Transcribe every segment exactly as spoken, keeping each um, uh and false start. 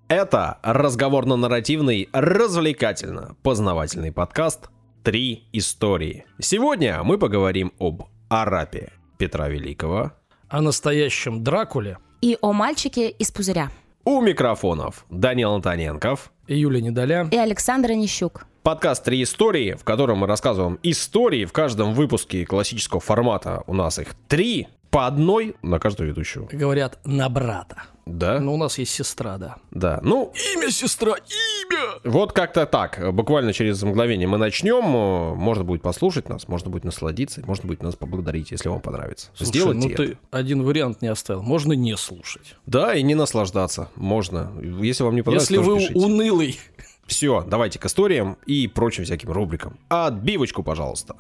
Это разговорно-нарративный, развлекательно-познавательный подкаст «Три истории». Сегодня мы поговорим об Арапе Петра Великого, о настоящем Дракуле и о мальчике из пузыря. У микрофонов Данил Антоненков и Юлия Недоля и Александр Онищук. Подкаст «Три истории», в котором мы рассказываем истории. В каждом выпуске классического формата у нас их три, по одной на каждую ведущую. Говорят, на брата. Да? Ну, у нас есть сестра, да. Да, ну... Имя, сестра, имя! Вот как-то так. Буквально через мгновение мы начнем. Можно будет послушать нас, можно будет насладиться, можно будет нас поблагодарить, если вам понравится. Слушай, Сделайте ну это. Ты один вариант не оставил. Можно не слушать. Да, и не наслаждаться. Можно. Если вам не понравится, Если вы пишите. унылый. Все, давайте к историям и прочим всяким рубрикам. Отбивочку, пожалуйста.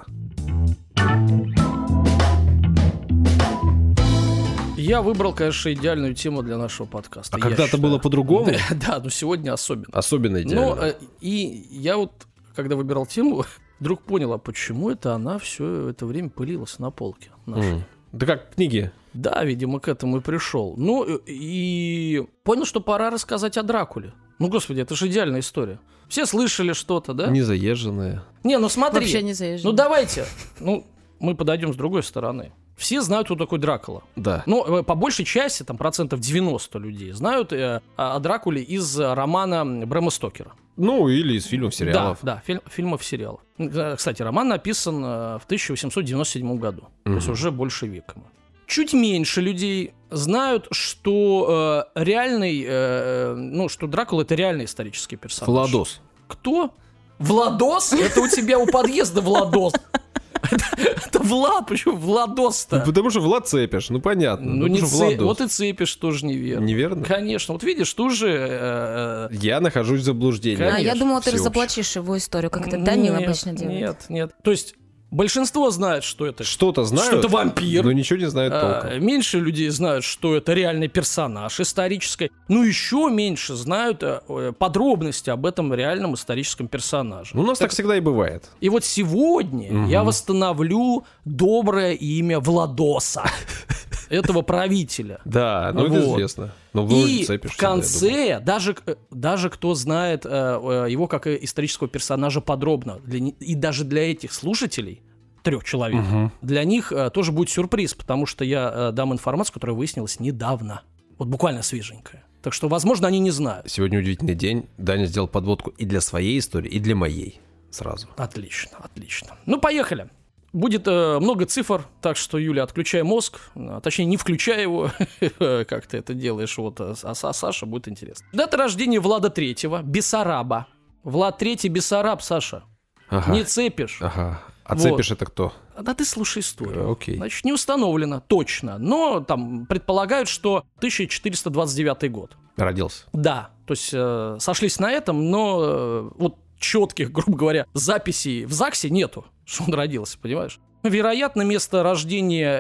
Я выбрал, конечно, идеальную тему для нашего подкаста. А когда-то было по-другому? Да, да, но сегодня особенно. Особенно идеально. Но, и я вот, когда выбирал тему, вдруг понял, а почему это она все это время пылилась на полке нашей? Mm. Да как книги. Да, видимо, к этому и пришел. Ну, и понял, что пора рассказать о Дракуле. Ну, господи, это же идеальная история. Все слышали что-то, да? Незаезженная. Не, ну смотри. Вообще не заезженная. Ну, давайте. Ну, мы подойдем с другой стороны. Все знают, кто такой Дракула. Да. Ну, по большей части, там, процентов девяносто людей знают э, о Дракуле из романа Брэма Стокера. Ну, или из фильмов, сериалов. Да, да, фильм, фильмов, сериалов. Кстати, роман написан в тысяча восемьсот девяносто седьмом году. Угу. То есть уже больше века. Чуть меньше людей знают, что э, реальный, э, ну, что Дракула — это реальный исторический персонаж. Владос. Кто? Владос? Это у тебя у подъезда Владос. Это Влад, почему Владос-то? Потому что Влад Цепиш, ну понятно. Ну не Цепиш, вот и Цепиш тоже неверно. Неверно? Конечно, вот видишь, тоже... Я нахожусь в заблуждении. А, я думала, ты разоблачишь его историю, как это Данил обычно делает. Нет, нет, то есть... Большинство знает, что это что-то знают, что это вампир, но ничего не знают толком. А, меньше людей знают, что это реальный персонаж исторический. Ну, еще меньше знают а, подробности об этом реальном историческом персонаже. Ну, у нас так, так всегда и бывает. И вот сегодня угу. я восстановлю доброе имя Владоса, этого правителя. Да, ну это известно. И в конце, даже, даже кто знает э, его как исторического персонажа подробно, для, и даже для этих слушателей, трех человек, угу. для них э, тоже будет сюрприз, потому что я э, дам информацию, которая выяснилась недавно. Вот буквально свеженькая. Так что, возможно, они не знают. Сегодня удивительный день. Даня сделал подводку и для своей истории, и для моей сразу. Отлично, отлично. Ну, поехали. Будет э, много цифр, так что, Юля, отключай мозг, а, точнее, не включай его, как ты это делаешь, вот, а, а Саша, будет интересно. Дата рождения Влада Третьего, Бессараба. Влад Третий Бессараб, Саша. Ага. Не Цепиш. Ага. А вот. Цепиш это кто? Да ты слушай историю. Окей. Значит, не установлено точно, но там предполагают, что тысяча четыреста двадцать девятый год. Родился? Да, то есть э, сошлись на этом, но э, вот четких, грубо говоря, записей в ЗАГСе нету, что он родился, понимаешь? Вероятно, место рождения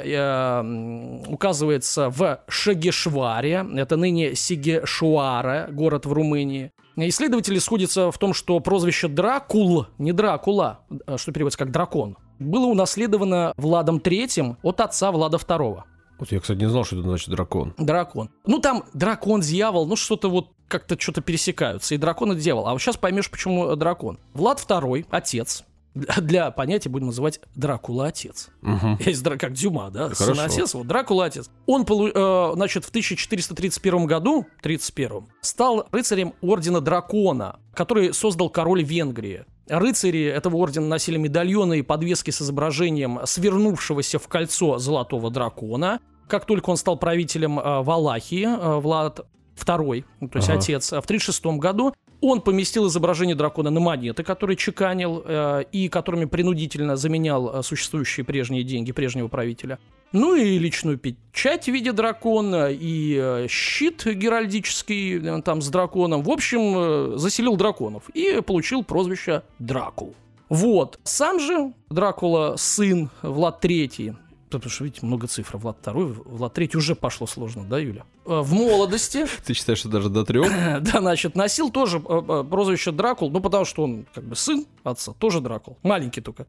э, указывается в Шагешваре, это ныне Сигешуара, город в Румынии. Исследователи сходятся в том, что прозвище Дракул, не Дракула, что переводится как дракон, было унаследовано Владом Третьим от отца Влада Второго. Вот я, кстати, не знал, что это значит дракон. Дракон. Ну, там дракон, дьявол, ну, что-то вот как-то что-то пересекаются. И дракон, и дьявол. А вот сейчас поймешь, почему дракон. Влад Второй, отец, для понятия будем называть Дракула отец. Угу. Есть как Дюма, да? Сын отец, вот Дракула отец. Он, э, значит, в тысяча четыреста тридцать первом году, тридцать первом, стал рыцарем ордена Дракона, который создал король Венгрии. Рыцари этого ордена носили медальоны и подвески с изображением свернувшегося в кольцо золотого дракона. Как только он стал правителем э, Валахии, э, Влад Второй, то есть ага. отец, в тридцать шестом году он поместил изображение дракона на монеты, которые чеканил э, и которыми принудительно заменял э, существующие прежние деньги прежнего правителя. Ну и личную печать в виде дракона, и э, щит геральдический э, там с драконом. В общем, э, заселил драконов и получил прозвище Дракул. Вот. Сам же Дракула, сын Влад Третий, потому что, видите, много цифр. Влад Второй, Влад Третий уже пошло сложно, да, Юля? В молодости... Ты считаешь, что даже до трех? Да, значит, носил тоже прозвище Дракул, ну, потому что он, как бы, сын отца, тоже Дракул. Маленький только.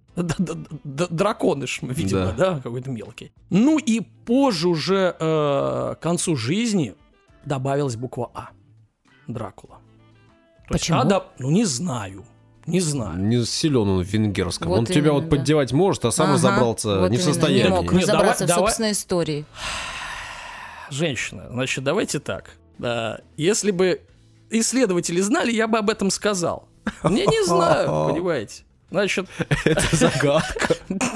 Драконыш, видимо, да, какой-то мелкий. Ну, и позже уже к концу жизни добавилась буква А. Дракула. То есть, Почему? ада... Ну, не знаю. Не знаю. Не силен он в венгерском. Вот он тебя именно, вот да. поддевать может, а сам Ага, разобраться вот не в именно, состоянии. Не мог Нет, разобраться давай- в собственной истории. Женщина, значит, давайте так. Да, если бы исследователи знали, я бы об этом сказал. Мне не знаю, понимаете. Значит, Это загадка.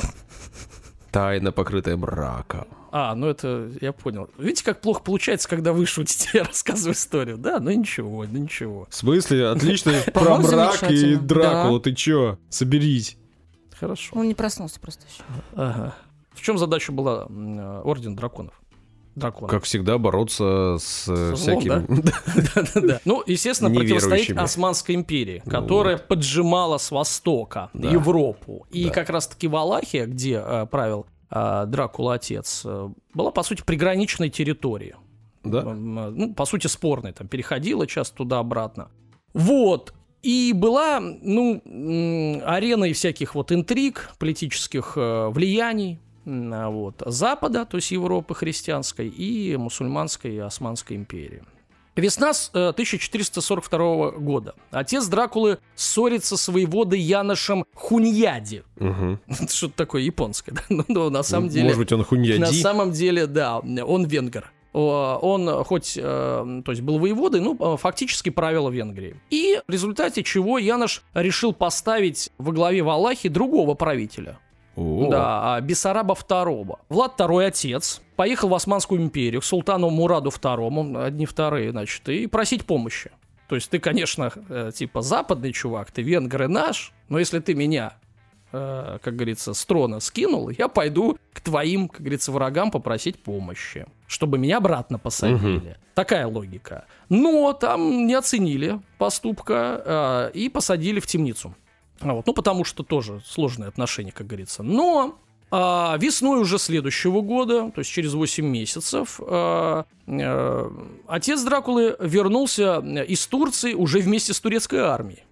Тайна, покрытая мраком. а, ну это я понял. Видите, как плохо получается, когда вы шутите, я рассказываю историю. Да, ну ничего, ну ничего. В смысле? Отлично про По-моему, мрак и замечательно. Дракулу. Да. Ты чё? Соберись. Хорошо. Он не проснулся просто еще. Ага. В чем задача была м, э, Орден драконов? Драконов. Как всегда, бороться с э, Со злом, всякими... Да-да-да. Ну, естественно, противостоит Неверующими. Османской империи, Ну которая поджимала с востока Да. Европу. И Да. как раз-таки Валахия, где э, правил э, Дракула отец, э, была, по сути, приграничной территорией. Да? М, э, Ну, по сути, спорной. Там переходила часто туда-обратно. Вот. И была, ну, м, ареной всяких вот интриг, политических э, влияний. м, а Вот, Запада, то есть Европы христианской, и мусульманской и Османской империи. Весна с, э, тысяча четыреста сорок второго года. Отец Дракулы ссорится с воеводой Яношем Хуньяди. Мгм. Что-то такое японское, да? Ну, ну, на самом деле... Может быть, он хуньяди? На самом деле, да, он венгер. О, Он хоть, э, то есть был воеводой, ну, фактически правил Венгрией. И в результате чего Янош решил поставить во главе Валахии другого правителя. О. Да, Бессараба второго. Влад второй, отец, поехал в Османскую империю к султану Мураду второму, одни вторые, значит, и просить помощи. То есть ты, конечно, э, типа западный чувак, ты венгр и наш, но если ты меня, э, как говорится, с трона скинул, я пойду к твоим, как говорится, врагам попросить помощи, чтобы меня обратно посадили. Мгм. Такая логика. Но там не оценили поступка э, и посадили в темницу. А Вот. Ну, потому что тоже сложные отношения, как говорится. Но а, весной уже следующего года, то есть через восемь месяцев, а, а, отец Дракулы вернулся из Турции уже вместе с турецкой армией.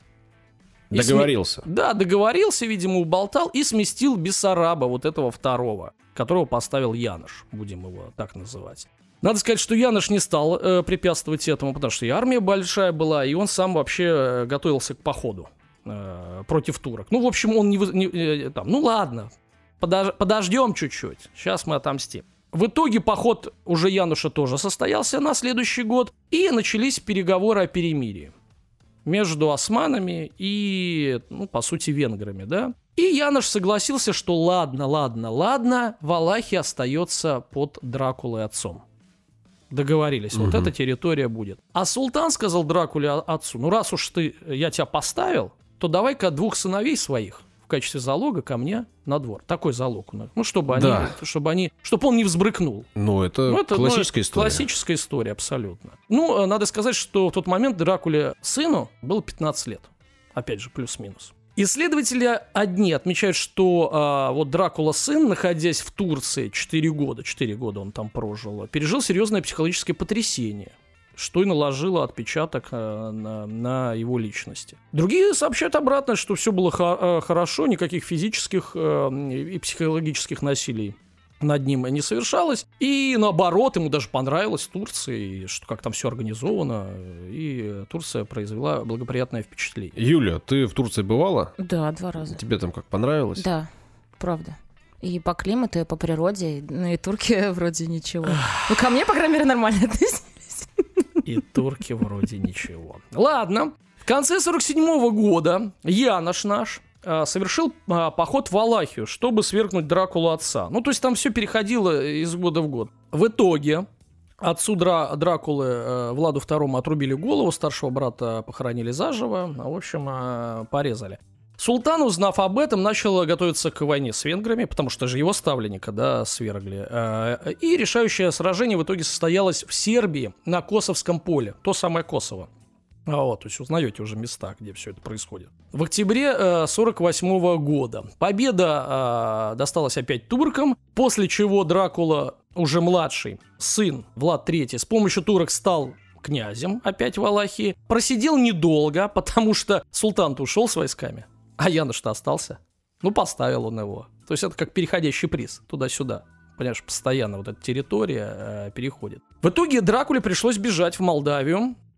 И Договорился. сме- Да, договорился, видимо, уболтал и сместил Бессараба, вот этого второго, которого поставил Янош, будем его так называть. Надо сказать, что Янош не стал э, препятствовать этому, потому что и армия большая была, и он сам вообще э, готовился к походу э, против турок. Ну, в общем, он не... вы- не, э, там, ну, ладно, подож- подождем чуть-чуть, сейчас мы отомстим. В итоге поход уже Януша тоже состоялся на следующий год, и начались переговоры о перемирии между османами и, ну, по сути, венграми, да. И Янош согласился, что ладно, ладно, ладно, Валахия остается под Дракулой отцом. Договорились, вот эта территория будет. А султан сказал Дракуле о- отцу, ну раз уж ты, я тебя поставил, то давай-ка двух сыновей своих в качестве залога ко мне на двор. Такой залог у нас. Ну, чтобы они, Да. чтобы они, чтобы он не взбрыкнул. Ну, это, Ну, это, ну, классическая история. Классическая история, абсолютно. Ну, э, надо сказать, что в тот момент Дракуле сыну было пятнадцать лет. Опять же, плюс-минус. Исследователи одни отмечают, что а, вот Дракула сын, находясь в Турции четыре года, четыре года он там прожил, пережил серьезное психологическое потрясение, что и наложило отпечаток а, на, на его личности. Другие сообщают обратно, что все было хо- а, хорошо, никаких физических а, и психологических насилий над ним не совершалось. И наоборот, ему даже понравилось в Турции, что как там все организовано, и Турция произвела благоприятное впечатление. Юля, ты в Турции бывала? Да, два раза. Тебе там как понравилось? Да, правда. И по климату, и по природе. Ну и турки вроде ничего. Ну ко мне, по крайней мере, нормально относились. И турки вроде ничего. Ладно. В конце сорок седьмого года Янош наш а, совершил а, поход в Валахию, чтобы свергнуть Дракулу отца. Ну, то есть там все переходило из года в год. В итоге отцу Дра- Дракулы э, Владу второму отрубили голову, старшего брата похоронили заживо, а, в общем, а, порезали. Султан, узнав об этом, начал готовиться к войне с венграми, потому что же его ставленника, да, свергли. Э, И решающее сражение в итоге состоялось в Сербии на Косовском поле, то самое Косово. А вот, то есть узнаете уже места, где все это происходит. В октябре э, сорок восьмого года победа э, досталась опять туркам, после чего Дракула, уже младший, сын Влад третий, с помощью турок стал князем опять в Валахии. Просидел недолго, потому что султан-то ушел с войсками, а Янош-то остался. Ну, поставил он его. То есть это как переходящий приз туда-сюда. Понимаешь, постоянно вот эта территория э, переходит. В итоге Дракуле пришлось бежать в Молдавию.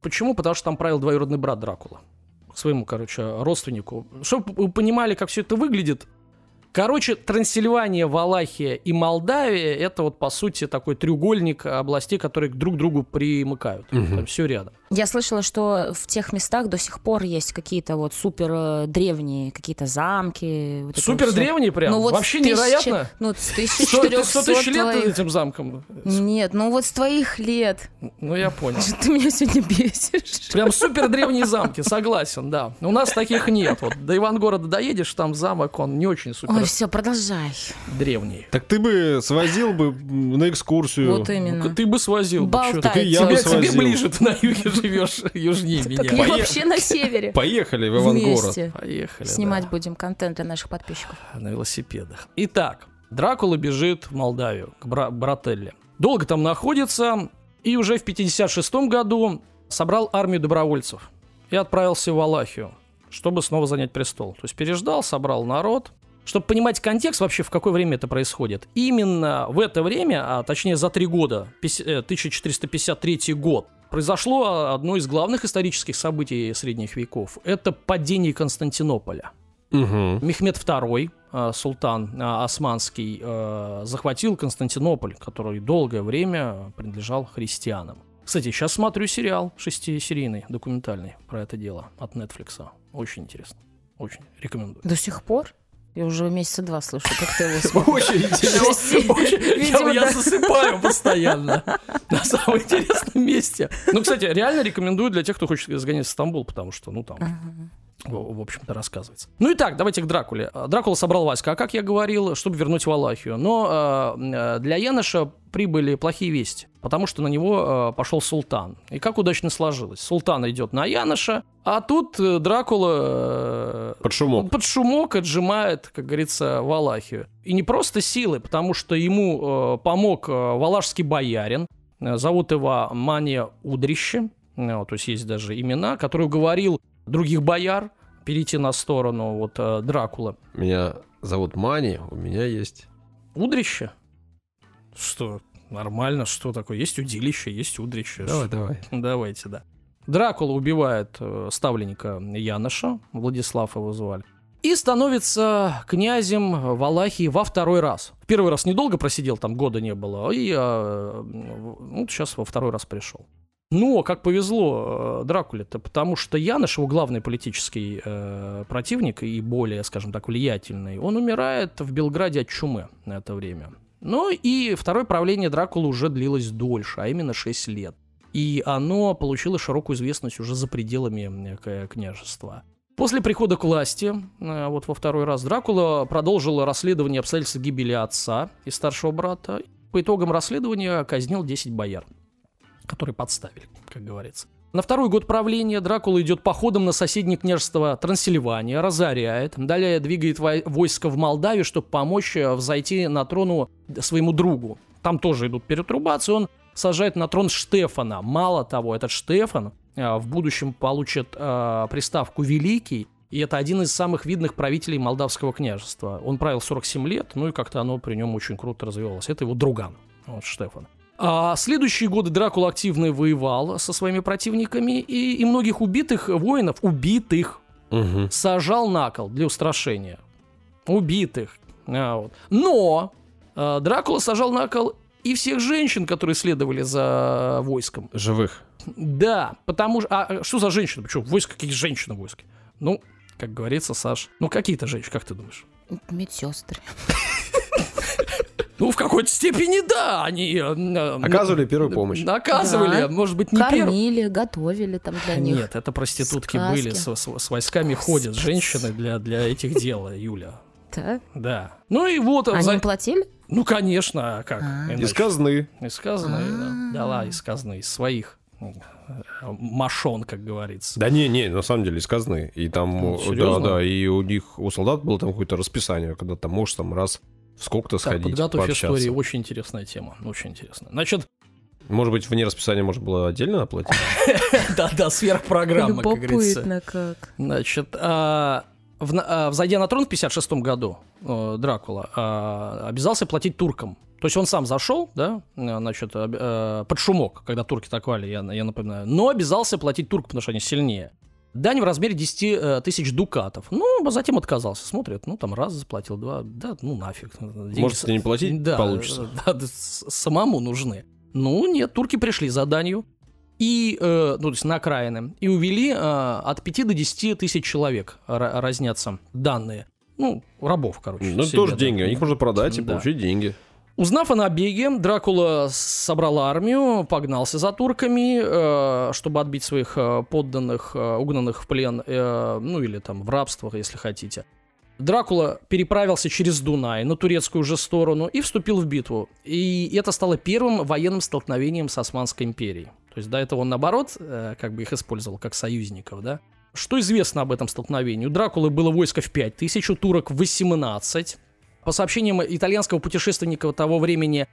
Почему? Потому что там правил двоюродный брат Дракулы. К своему, короче, родственнику. Чтобы вы понимали, как все это выглядит. Короче, Трансильвания, Валахия и Молдавия — это вот, по сути, такой треугольник областей, которые друг к другу примыкают. Угу. Там все рядом. Я слышала, что в тех местах до сих пор есть какие-то вот супер древние какие-то замки. Вот супер древние прям? Ну, вот вообще тысячи, невероятно? Ну, с тысяча четырёхсот сто тысяч лет твоих... этим замком? Нет, ну вот с твоих лет. Ну, я понял. Ты меня сегодня бесишь. Прям супер древние замки, согласен, да. У нас таких нет. Вот до Ивангорода доедешь, там замок, он не очень супер. Ой, все, продолжай. Древний. Так ты бы свозил бы на экскурсию. Вот именно. Ну, ты бы свозил. Болтай. Так и я тебе, бы свозил. Тебе ближе, ты на юге живешь, южнее меня. Так я вообще на севере. Поехали в Ивангород. Поехали, Снимать да. будем контент для наших подписчиков. На велосипедах. Итак, Дракула бежит в Молдавию, к бра- Брателле. Долго там находится, и уже в пятьдесят шестом году собрал армию добровольцев и отправился в Валахию, чтобы снова занять престол. То есть переждал, собрал народ. Чтобы понимать контекст вообще, в какое время это происходит. Именно в это время, а точнее за три года, тысяча четыреста пятьдесят третий год, произошло одно из главных исторических событий средних веков. Это падение Константинополя. Угу. Мехмед второй, султан османский, захватил Константинополь, который долгое время принадлежал христианам. Кстати, сейчас смотрю сериал шестисерийный, документальный про это дело от Netflix. Очень интересно. Очень рекомендую. До сих пор? Я уже месяца два слышу, как ты его смотришь. Очень интересно. Я засыпаю постоянно на самом интересном месте. Ну, кстати, реально рекомендую для тех, кто хочет сгонять в Стамбул, потому что, ну, там... в общем-то, рассказывается. Ну и так, давайте к Дракуле. Дракула собрал войска, как я говорил, чтобы вернуть Валахию. Но э, для Яноша прибыли плохие вести, потому что на него э, пошел султан. И как удачно сложилось. Султан идет на Яноша, а тут э, Дракула э, под шумок. под шумок отжимает, как говорится, Валахию. И не просто силой, потому что ему э, помог э, валашский боярин. Э, зовут его Мания Удрище. Э, то есть есть даже имена, который уговорил других бояр перейти на сторону вот э, Дракулы. Меня зовут Мани, у меня есть... Удрище? Что? Нормально, что такое? Есть удилище, есть удрище. Давай, давай. Давайте, да. Дракула убивает э, ставленника Яноша, Владислав его звали, и становится князем Валахии во второй раз. В первый раз недолго просидел, там года не было, и э, ну, сейчас во второй раз пришел. Но как повезло Дракуле-то, потому что Янош, его главный политический э, противник и более, скажем так, влиятельный, он умирает в Белграде от чумы на это время. Ну и второе правление Дракулы уже длилось дольше, а именно шесть лет. И оно получило широкую известность уже за пределами княжества. После прихода к власти, э, вот во второй раз, Дракула продолжил расследование обстоятельств гибели отца и старшего брата. По итогам расследования казнил десять бояр, которые подставили, как говорится. На второй год правления Дракула идет походом на соседнее княжество Трансильвания, разоряет, далее двигает войско в Молдавию, чтобы помочь взойти на трон своему другу. Там тоже идут перетрубации, он сажает на трон Штефана. Мало того, этот Штефан в будущем получит э, приставку «Великий», и это один из самых видных правителей Молдавского княжества. Он правил сорок семь лет, ну и как-то оно при нем очень круто развивалось. Это его друган, вот Штефан. А следующие годы Дракула активно воевал со своими противниками, и, и многих убитых воинов, убитых, угу. сажал на кол для устрашения. Убитых. А, вот. Но а, Дракула сажал на кол и всех женщин, которые следовали за войском. Живых. Да, потому что... А что за женщины? Почему? Войско, какие женщины в войске? Ну, как говорится, Саш, ну какие-то женщины, как ты думаешь? Медсестры. Ну, в какой-то степени, да, они... Оказывали первую помощь. Оказывали, да. может быть, не первую. Кормили, готовили там для них. Нет, это проститутки сказки. были, с, с, с войсками ходят женщины для, для этих дел, Юля. Да? Да. Ну и вот... Они за... им платили? Ну, конечно, а как? А. Из казны. Из казны, да. Дала из казны, из своих мошон, как говорится. Да не, не, на самом деле из казны. И там, Ну, да, серьезно? да, и у них, у солдат было там какое-то расписание, когда ты можешь там раз в сколько-то Так, сходить, подготовь пообщаться. истории, очень интересная тема, очень интересная. Значит, Может быть, вне расписания можно было отдельно оплатить? да-да, сверхпрограмма, как говорится. Любопытно как. Значит, а, в, а, взойдя на трон в пятьдесят шестом году, э, Дракула а, обязался платить туркам. То есть он сам зашел, да, значит, под шумок, когда турки атаковали, я, я напоминаю, но обязался платить туркам, потому что они сильнее. Дань в размере десять тысяч дукатов. Ну, а затем отказался. Смотрит, ну, там раз заплатил, два, да, ну, нафиг. Деньги Может, не платить да, получится. Да, да, самому нужны. Ну, нет, турки пришли за данью, и, э, ну, то есть на окраины, и увели э, от пяти до десяти тысяч человек, р- разнятся данные. Ну, рабов, короче. Ну, себе, тоже да. деньги, их можно продать и Да. получить деньги. Узнав о набеге, Дракула собрал армию, погнался за турками, э, чтобы отбить своих э, подданных, э, угнанных в плен, э, ну или там в рабство, если хотите. Дракула переправился через Дунай на турецкую же сторону и вступил в битву. И это стало первым военным столкновением с Османской империей. То есть до этого он, наоборот, э, как бы их использовал как союзников, да. Что известно об этом столкновении? У Дракулы было войско в пять тысяч, у турок восемнадцать. По сообщениям итальянского путешественника того времени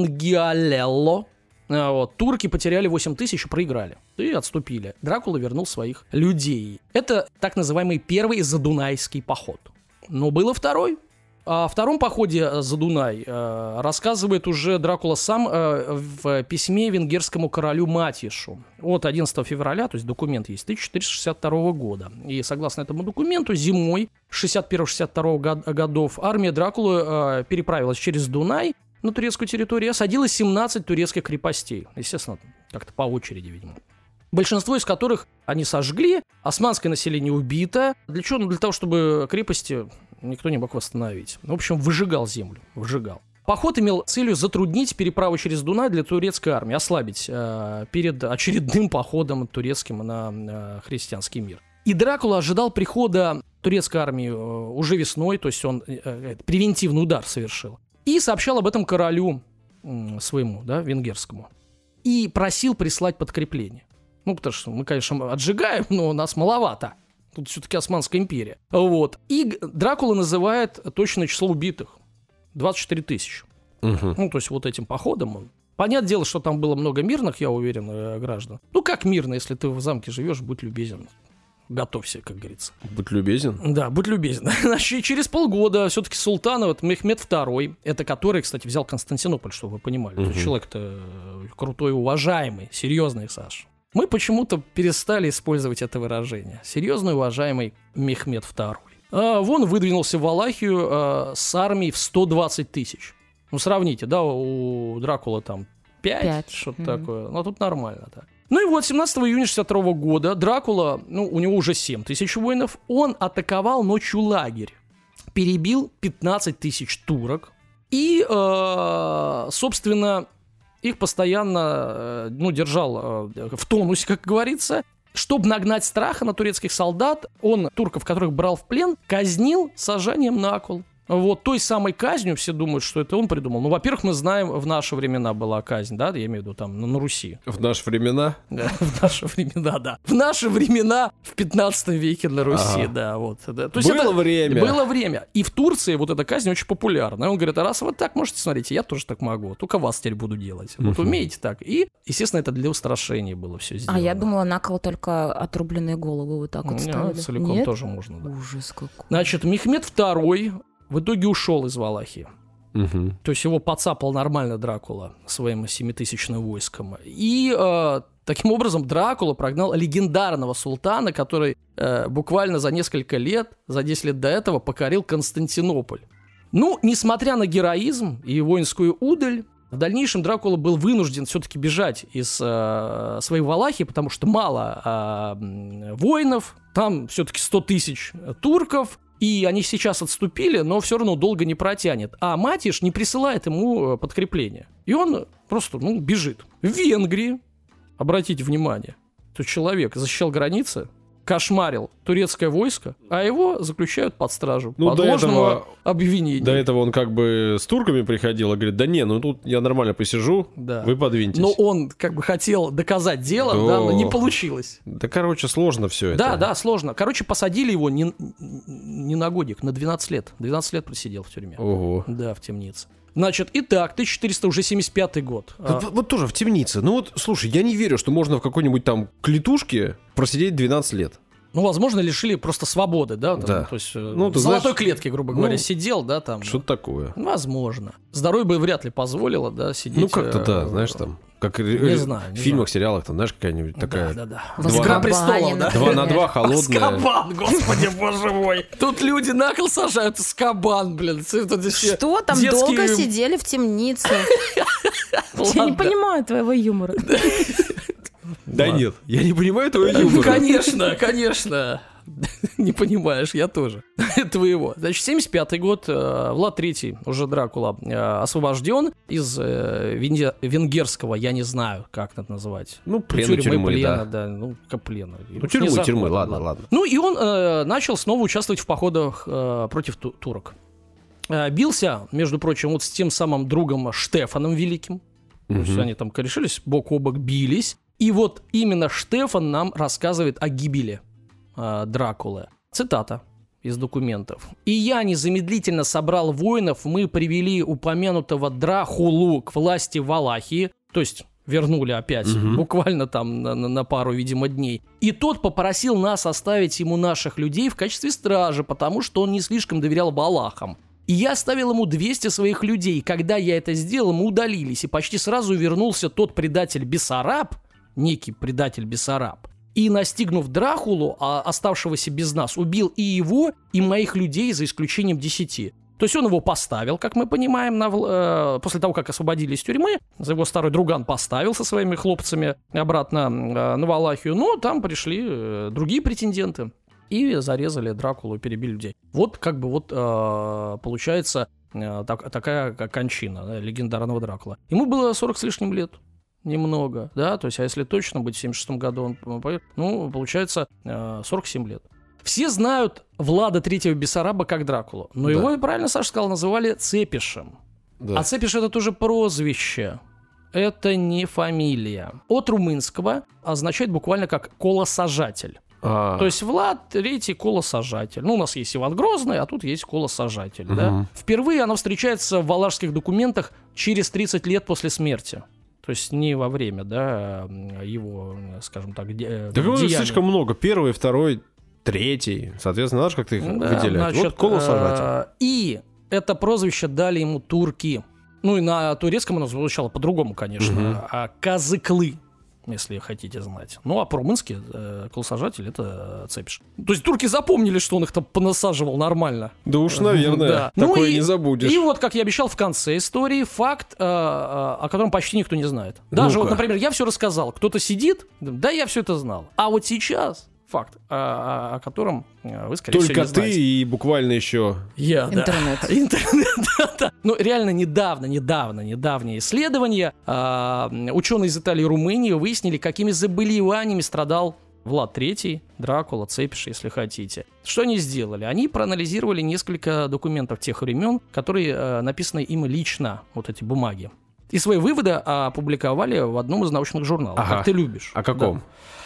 Ангиалелло, вот, турки потеряли восемь тысяч и проиграли. И отступили. Дракула вернул своих людей. Это так называемый первый задунайский поход. Но был и второй. О втором походе за Дунай э, рассказывает уже Дракула сам э, в письме венгерскому королю Матишу от одиннадцатого февраля, то есть документ есть, тысяча четыреста шестьдесят второго года. И согласно этому документу, зимой шестьдесят первого шестьдесят второго год, годов армия Дракулы э, переправилась через Дунай на турецкую территорию и осадила семнадцать турецких крепостей. Естественно, как-то по очереди, видимо. Большинство из которых они сожгли, османское население убито. Для чего? Ну, для того, чтобы крепости никто не мог восстановить. В общем, выжигал землю, выжигал. Поход имел целью затруднить переправу через Дунай для турецкой армии, ослабить э, перед очередным походом турецким на э, христианский мир. И Дракула ожидал прихода турецкой армии э, уже весной, то есть он э, э, превентивный удар совершил. И сообщал об этом королю э, своему, да, венгерскому. И просил прислать подкрепление. Ну, потому что мы, конечно, отжигаем, но нас маловато. Тут все-таки Османская империя. Вот. И Дракула называет точное число убитых. двадцать четыре тысячи. Угу. Ну, то есть вот этим походом он... Понятное дело, что там было много мирных, я уверен, граждан. Ну, как мирно, если ты в замке живешь, будь любезен. Готовься, как говорится. Будь любезен. Да, будь любезен. Значит, через полгода все-таки султан, вот Мехмед второй, это который, кстати, взял Константинополь, чтобы вы понимали. Угу. Человек-то крутой, уважаемый, серьезный, Саш. Мы почему-то перестали использовать это выражение. Серьезный, уважаемый Мехмед второй. А, вон выдвинулся в Валахию а, с армией в сто двадцать тысяч. Ну, сравните, да, у Дракулы там пять, что-то mm-hmm. такое. Ну, тут нормально, так. Ну и вот, семнадцатого июня шестьдесят второго года Дракула, ну, у него уже семь тысяч воинов, он атаковал ночью лагерь. Перебил пятнадцать тысяч турок. И, э, собственно... Их постоянно, ну, держал в тонусе, как говорится. Чтобы нагнать страха на турецких солдат, он турков, которых брал в плен, казнил сажанием на кол. Вот той самой казнью, все думают, что это он придумал. Ну, во-первых, мы знаем, в наши времена была казнь, да, я имею в виду там, на Руси. В наши времена? Да, в наши времена, да. В наши времена в пятнадцатом веке на Руси, ага. да, вот. Да. То есть было это, время. Было время. И в Турции вот эта казнь очень популярна. И он говорит, а раз вы так можете, смотрите, я тоже так могу, только вас теперь буду делать. Вот умеете так. И, естественно, это для устрашения было все сделано. А я думала, на кол только отрубленные головы вот так вот ставили. Нет, целиком Нет? тоже можно. Да. Ужас какой. Значит, Мехмед второй в итоге ушел из Валахии. Угу. То есть его подцапал нормально Дракула своим семитысячным войском. И э, таким образом Дракула прогнал легендарного султана, который э, буквально за несколько лет, за десять лет до этого покорил Константинополь. Ну, несмотря на героизм и воинскую удаль, в дальнейшем Дракула был вынужден все-таки бежать из э, своей Валахии, потому что мало э, воинов, там все-таки сто тысяч турков, и они сейчас отступили, но все равно долго не протянет. А Матиш не присылает ему подкрепление. И он просто, ну, бежит. В Венгрии, обратите внимание, то человек защищал границы, кошмарил турецкое войско, а его заключают под стражу. Ну, под до ложного этого, обвинения. До этого он как бы с турками приходил и говорит, да не, ну тут я нормально посижу, да. Вы подвиньтесь. Но он как бы хотел доказать дело, да, но не получилось. Да, короче, сложно все это. Да, да, сложно. Короче, посадили его не, не на годик, на двенадцать лет. двенадцать лет просидел в тюрьме. Ого. Да, в темнице. Значит, итак, тысяча четыреста семьдесят пятый год. Вот, а... вот тоже в темнице. Ну вот, слушай, я не верю, что можно в какой-нибудь там клетушке просидеть двенадцать лет. Ну, возможно, лишили просто свободы, да? Там, Да. То есть Ну, в ты золотой знаешь, клетке, грубо говоря, ну, сидел, да, там. Что-то такое. Возможно. Здоровье бы вряд ли позволило, да, сидеть. Ну, как-то, да, э, знаешь, там, как не ре- знаю, не в фильмах, знаю. сериалах, там, знаешь, какая-нибудь такая... Да, да, да. В Два- «Игра престолов», да? Азкабане, Два на два холодная. Азкабан, господи, боже мой. Тут люди на кол сажают, Азкабан, блин. Это все Что там детские- долго сидели в темнице? Я не Ладно. понимаю твоего юмора. Да нет, я не понимаю твоего Ну, юмора. конечно, конечно. Не понимаешь, я тоже. Твоего. Значит, семьдесят пятый год, э, Влад третий, уже Дракула, э, освобожден из э, венде- венгерского, я не знаю, как это называть. Ну, плена, тюрьмы, плена, да. ну, как плена. Ну, тюрьмы, тюрьмы, ладно, ладно. Ну, и он э, начал снова участвовать в походах э, против ту- турок. Э, бился, между прочим, вот с тем самым другом Штефаном Великим. То есть Мгм. они там корешились, бок о бок бились. И вот именно Штефан нам рассказывает о гибели э, Дракулы. Цитата из документов. «И я незамедлительно собрал воинов, мы привели упомянутого Дракулу к власти Валахии», то есть вернули опять, Мгм. буквально там на, на- на пару, видимо, дней. «И тот попросил нас оставить ему наших людей в качестве стражи, потому что он не слишком доверял Валахам. И я оставил ему двести своих людей. Когда я это сделал, мы удалились, и почти сразу вернулся тот предатель Бессараб, некий предатель Бессараб, и, настигнув Дракулу, а оставшегося без нас, убил и его, и моих людей, за исключением десяти». То есть он его поставил, как мы понимаем, на, вл- э, после того, как освободили из тюрьмы, его старый друган поставил со своими хлопцами обратно э, на Валахию, но там пришли э, другие претенденты и зарезали Дракулу и перебили людей. Вот как бы вот э, получается э, так- такая как кончина, да, легендарного Дракула. Ему было сорок с лишним лет. Немного, да, то есть, а если точно быть, в семьдесят шестом году он поет, ну, получается, э, сорок семь лет. Все знают Влада третьего Бессараба как Дракулу, но Да. его, и правильно Саша сказал, называли Цепишем. Да. А Цепиш — это тоже прозвище, это не фамилия. От румынского означает буквально как «колосажатель». А, То есть Влад третий колосажатель. Ну, у нас есть Иван Грозный, а тут есть колосажатель. Да? Мгм. Впервые оно встречается в валашских документах через тридцать лет после смерти. То есть не во время, да, его, скажем так, де- Так его деяния. слишком много. Первый, второй, третий. Соответственно, знаешь, как ты их Да, выделять? значит, Вот колосажатель. э, И это прозвище дали ему турки. Ну и на турецком оно звучало по-другому, конечно. Мгм. А казыклы, если хотите знать. Ну а по-румынски э, колосажатель — это э, Цепиш. То есть турки запомнили, что он их там понасаживал нормально. Да уж, наверное, Да. Ну такое и- не забудешь. И вот, как я обещал в конце истории, факт, э, э, о котором почти никто не знает. Даже Ну-ка. вот, например, я все рассказал, кто-то сидит, да, я все это знал. А вот сейчас факт, э, о, о котором э, вы, скорее Только всего, не ты знаете. и буквально еще... Я, да. Интернет. Интернет, да, да. Ну, реально недавно, недавно, недавнее исследование. э, ученые из Италии и Румынии выяснили, какими заболеваниями страдал Влад третий, Дракула, Цепиш, если хотите. Что они сделали? Они проанализировали несколько документов тех времен, которые э, написаны им лично, вот эти бумаги. И свои выводы опубликовали в одном из научных журналов. Ага. Как ты любишь. О каком?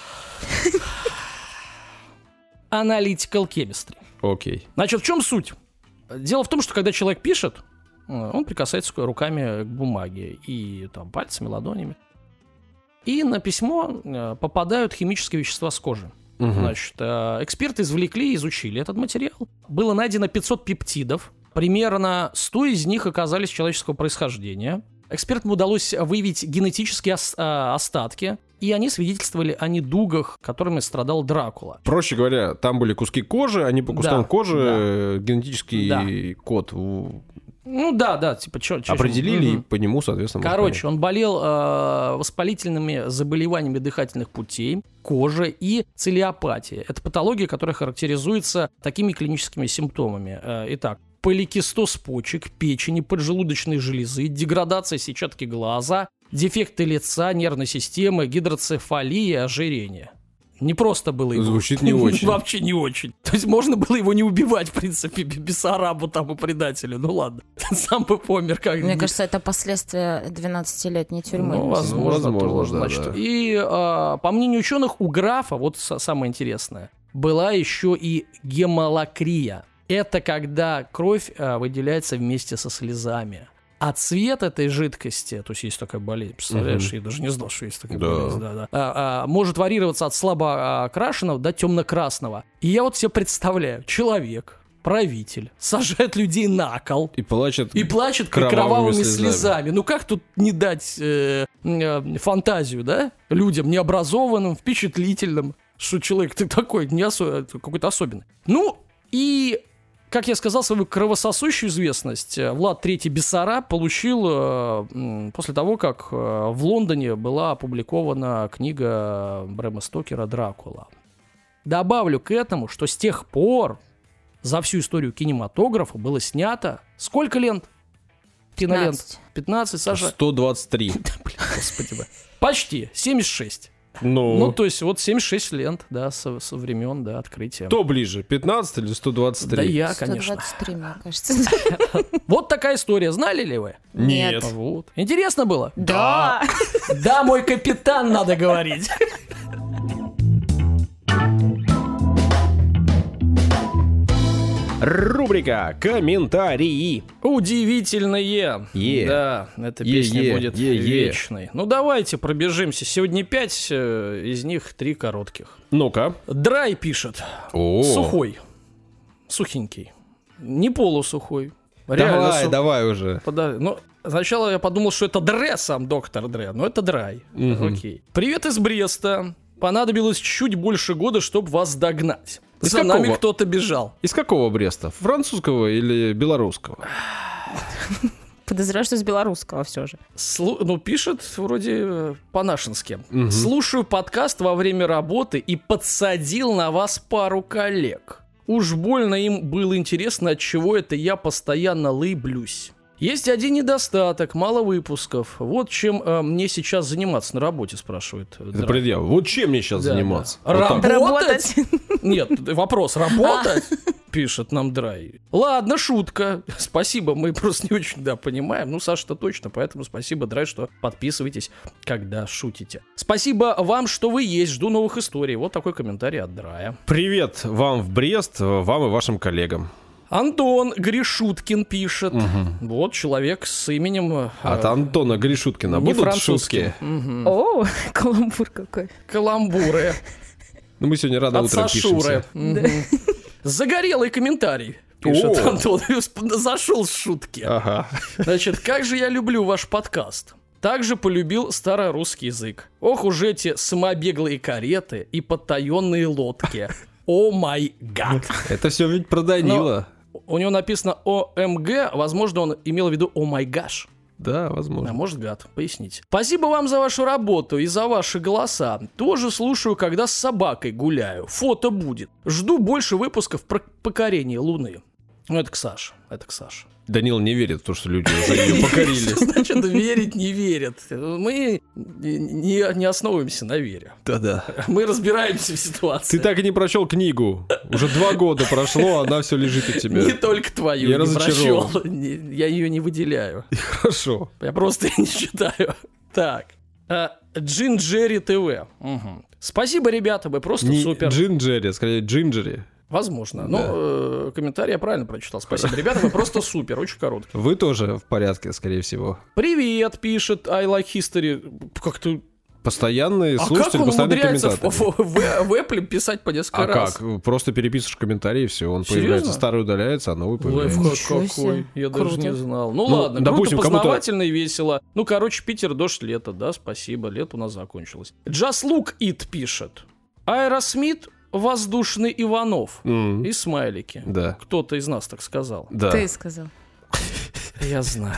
Да. Analytical Chemistry. Окей. Значит, в чем суть? Дело в том, что когда человек пишет, э, он прикасается руками к бумаге и там пальцами, ладонями. И на письмо э, попадают химические вещества с кожи. Мгм. Значит, э, эксперты извлекли, изучили этот материал. Было найдено пятьсот пептидов. Примерно сто из них оказались человеческого происхождения. Экспертам удалось выявить генетические ос- э, остатки, и они свидетельствовали о недугах, которыми страдал Дракула. Проще говоря, там были куски кожи, они по кускам Да, кожи да. э, генетический код в- Ну да, да, типа чё, чё- определили, Мгм. и по нему, соответственно, можно Короче, он болел э, воспалительными заболеваниями дыхательных путей, кожи и целиопатией. Это патология, которая характеризуется такими клиническими симптомами. Э, итак, поликистоз почек, печени, поджелудочной железы, деградация сетчатки глаза, дефекты лица, нервной системы, гидроцефалия, ожирение. Не просто было его. Звучит не очень. Вообще не очень. То есть можно было его не убивать, в принципе, Бессарабу там и предателю. Ну ладно, сам бы помер как-нибудь. Мне кажется, это последствия двенадцатилетней тюрьмы. Ну, возможно, возможно, тоже, да, значит. да. И, а, по мнению ученых, у графа, вот с- самое интересное, была еще и гемолакрия. Это когда кровь а, выделяется вместе со слезами. А цвет этой жидкости, то есть есть такая болезнь, представляешь, Мгм. я даже не знал, что есть такая Да. болезнь, да, да. А, а, может варьироваться от слабо окрашенного до темно-красного. И я вот себе представляю, человек, правитель, сажает людей на кол И плачет. и плачет кровавыми кровавыми слезами. слезами. Ну как тут не дать э, э, фантазию, да, людям необразованным, впечатлительным, что человек ты такой, не осо- какой-то особенный. Ну и... Как я сказал, свою кровососущую известность э, Влад третий Бессараб получил э, м, после того, как э, в Лондоне была опубликована книга Брэма Стокера «Дракула». Добавлю к этому, что с тех пор за всю историю кинематографа было снято сколько лент? Кинолент? пятнадцать. пятнадцать, Саша? сто двадцать три. Блин, господи, бля. Почти, семьдесят шесть. Ну, Ну, то есть вот семьдесят шесть лент, да, со, со времен, да, открытия. кто ближе, пятнадцать или сто двадцать три? Да я, сто конечно. двадцать три, мне кажется. Вот такая история, знали ли вы? Нет. Вот. Интересно было? Да. Да, мой капитан, надо говорить. Рубрика «Комментарии». Удивительное. Е. Да, эта Е, песня е, будет е, е. вечной. Ну, давайте пробежимся. Сегодня пять, э, из них три коротких. Ну-ка. Драй пишет. О. Сухой. Сухенький. Не полусухой. Реально Давай, су- давай уже. Пода- Ну, сначала я подумал, что это Дре сам, доктор Дре, но это Драй. Мгм. Окей. Привет из Бреста. Понадобилось чуть больше года, чтобы вас догнать. Из За нами какого? кто-то бежал. Из какого Бреста? Французского или белорусского? Подозреваю, что с белорусского все же. Слу- Ну, пишет вроде э, по-нашенски. Мгм. Слушаю подкаст во время работы и подсадил на вас пару коллег. Уж больно им было интересно, от чего это я постоянно лыблюсь. Есть один недостаток, мало выпусков. Вот чем э, мне сейчас заниматься на работе, спрашивает. э, Это Драк. предъява. Вот чем мне сейчас Да, заниматься? да. Вот так. Работать? Работать. Нет, вопрос, работать? Пишет нам Драй. Ладно, шутка. Спасибо, мы просто не очень, да, понимаем. Ну, Саша-то точно, поэтому спасибо, Драй, что подписываетесь, когда шутите. Спасибо вам, что вы есть. Жду новых историй. Вот такой комментарий от Драя. Привет вам в Брест, вам и вашим коллегам. Антон Гришуткин пишет. Вот человек с именем... э, От Антона Гришуткина не будут французским. шутки? Мгм. О, каламбур какой. Каламбуры. Ну, мы сегодня рано От утром Сашуры. пишемся. Мгм. Загорелый комментарий. Пишет О. Антон. Зашел с шутки. Ага. Значит, как же я люблю ваш подкаст. Также полюбил старорусский язык. Ох уж эти самобеглые кареты и подтаенные лодки. О май гад. Это все ведь про Данила. У него написано О М Г, возможно, он имел в виду О май гаш. Да, А возможно. может, гад, поясните. Спасибо вам за вашу работу и за ваши голоса. Тоже слушаю, когда с собакой гуляю. Фото будет. Жду больше выпусков про покорение Луны. Ну, это к Саше. Это к Саше. Данил не верит в то, что люди уже ее покорили. Значит, верить не верят. Мы не, не основываемся на вере. Да-да. Мы разбираемся в ситуации. Ты так и не прочел книгу. Уже два года прошло, она все лежит у тебя. Не только твою Я не разочарован. прочел. Не- Я ее не выделяю. Хорошо. Я просто не читаю. Так. А, Джинджери ТВ. Мгм. Спасибо, ребята, вы просто Не супер. Джинджери, а скорее Джинджери. Возможно. Но э, комментарий я правильно прочитал. Спасибо, ребята, вы просто супер. Очень короткий. Вы тоже в порядке, скорее всего. Привет, пишет I Like History. Как-то... Постоянные А как слушатели, он постоянные умудряется в, комментаторы. в, в, в Apple писать по несколько А раз? как? Просто переписываешь комментарии, все, он Серьезно? появляется, старый удаляется, а новый появляется. Лайфхак Ничего какой, себе. я Круто. даже не знал. Ну, Ну, ладно, допустим, круто, кому-то- познавательно и весело. Ну, короче, Питер, дождь, лето, да, спасибо, лето у нас закончилось. Just Look It пишет. Аэросмит, воздушный Иванов. М, И смайлики. Да, Кто-то из нас так сказал. да. Ты сказал. Я знаю.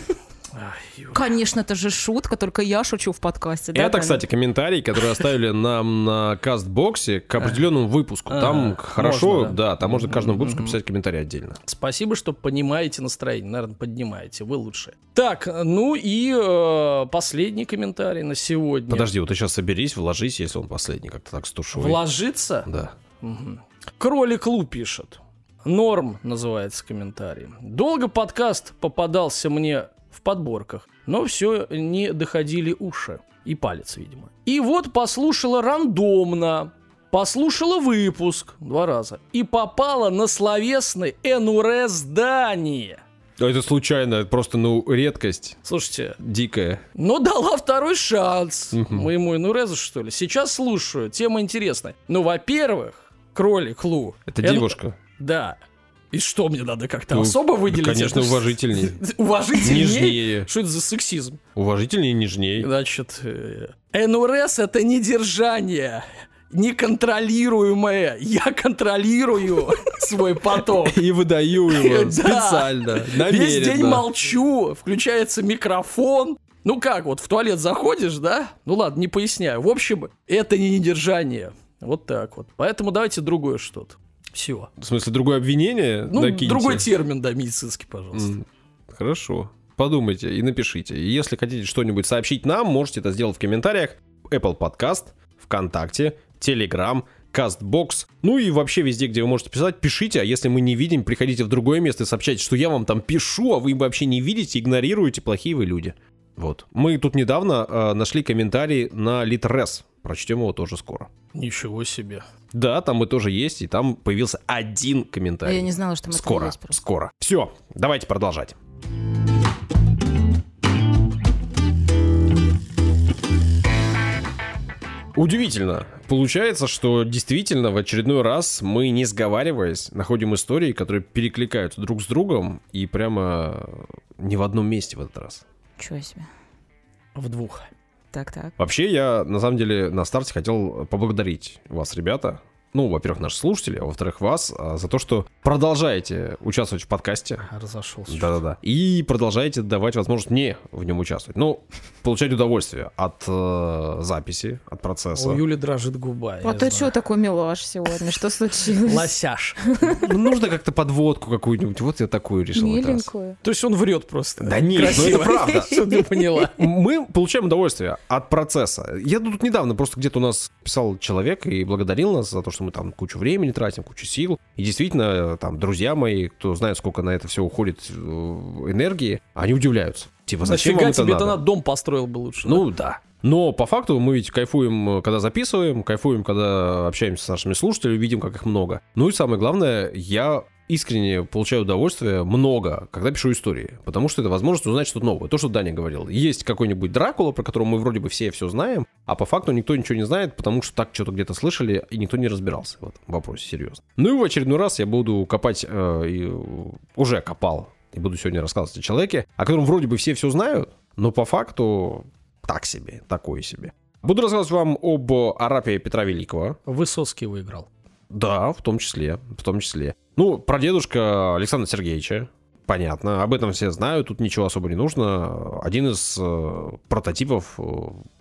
Ай, ё. Конечно, это же шутка, только я шучу в подкасте. да, Это, Даня? кстати, комментарий, который оставили нам на кастбоксе к определенному выпуску. Там Ага, хорошо, можно, да? да, там можно к каждому выпуску Мгм. писать комментарий отдельно. Спасибо, что понимаете настроение. Наверное, поднимаете. Вы лучшие. Так, ну и э, последний комментарий на сегодня. Подожди, вот ты сейчас соберись, вложись, если он последний, как-то так с душой. Вложиться? Да. Мгм. Кролик Лу пишет. Норм называется комментарий. Долго подкаст попадался мне в подборках, но все не доходили уши. И палец, видимо. И вот послушала рандомно. Послушала выпуск два раза. И попала на словесный эн эр эс здание. А это случайно, это просто, ну, редкость. Слушайте, Дикая. ну дала второй шанс Мгм. моему Энурезу, что ли. Сейчас слушаю, тема интересная. Ну, во-первых, кролик Лу. Это Эн- девушка. Да. И что мне надо как-то Ну, особо выделить? конечно, Это ж- уважительнее. Уважительнее? Нежнее. Что это за сексизм? Уважительнее и нежнее. Значит, э, НРС — это недержание, неконтролируемое. Я контролирую свой поток. И выдаю его Да. специально, намеренно. Весь день молчу, включается микрофон. Ну как, вот в туалет заходишь, да? Ну ладно, не поясняю. В общем, это не недержание. Вот так вот. Поэтому давайте другое что-то. Все. В смысле, другое обвинение Ну, накиньте? другой термин, да, медицинский, пожалуйста. М, Хорошо. Подумайте и напишите. И если хотите что-нибудь сообщить нам, можете это сделать в комментариях. Apple Podcast, ВКонтакте, Telegram, CastBox. Ну и вообще везде, где вы можете писать, пишите. А если мы не видим, приходите в другое место и сообщайте, что я вам там пишу, а вы вообще не видите, игнорируете, плохие вы люди. Вот. Мы тут недавно э, нашли комментарий на Литрес. Прочтем его тоже скоро. Ничего себе. Да, там мы тоже есть, и там появился один комментарий. Я не знала, что мы там Скоро, есть просто. скоро. Все, давайте продолжать. Удивительно. Получается, что действительно в очередной раз мы, не сговариваясь, находим истории, которые перекликаются друг с другом, и прямо не в одном месте в этот раз. Чего себе. В двух. Так-так. Вообще, я на самом деле на старте хотел поблагодарить вас, ребята. Ну, во-первых, наших слушателей, а во-вторых, вас а, за то, что продолжаете участвовать в подкасте. Разошелся. Да-да-да. И продолжаете давать возможность мне в нем участвовать. Ну, получать удовольствие от э, записи, от процесса. У Юли дрожит губа. я А не ты знаю. что такой милаш сегодня? Что случилось? Лосяш. Ну, нужно как-то подводку какую-нибудь. Вот я такую решил. в этот раз. Миленькую. То есть он врет просто. Да нет, ну Красиво. это правда. Чтобы ты поняла. Мы получаем удовольствие от процесса. Я тут недавно просто где-то у нас писал человек и благодарил нас за то, что мы там кучу времени тратим, кучу сил. И действительно, там, друзья мои, кто знает, сколько на это все уходит э, энергии, они удивляются. Типа, зачем Нафига вам это тебе надо? это надо? Дом построил бы лучше. Ну да. Но по факту мы ведь кайфуем, когда записываем, кайфуем, когда общаемся с нашими слушателями, видим, как их много. Ну и самое главное, я искренне получаю удовольствие много, когда пишу истории, потому что это возможность узнать что-то новое. То, что Даня говорил. Есть какой-нибудь Дракула, про которого мы вроде бы все все знаем, а по факту никто ничего не знает, потому что так что-то где-то слышали, и никто не разбирался в этом вопросе, серьезно. Ну и в очередной раз я буду копать, э, и уже копал, и буду сегодня рассказывать о человеке, о котором вроде бы все все знают, но по факту так себе, такое себе. Буду рассказывать вам об Арапе Петра Великого. Высоцкий выиграл. Да, в том числе, в том числе. Ну, прадедушка Александра Сергеевича, понятно, об этом все знают, тут ничего особо не нужно. Один из э, прототипов э,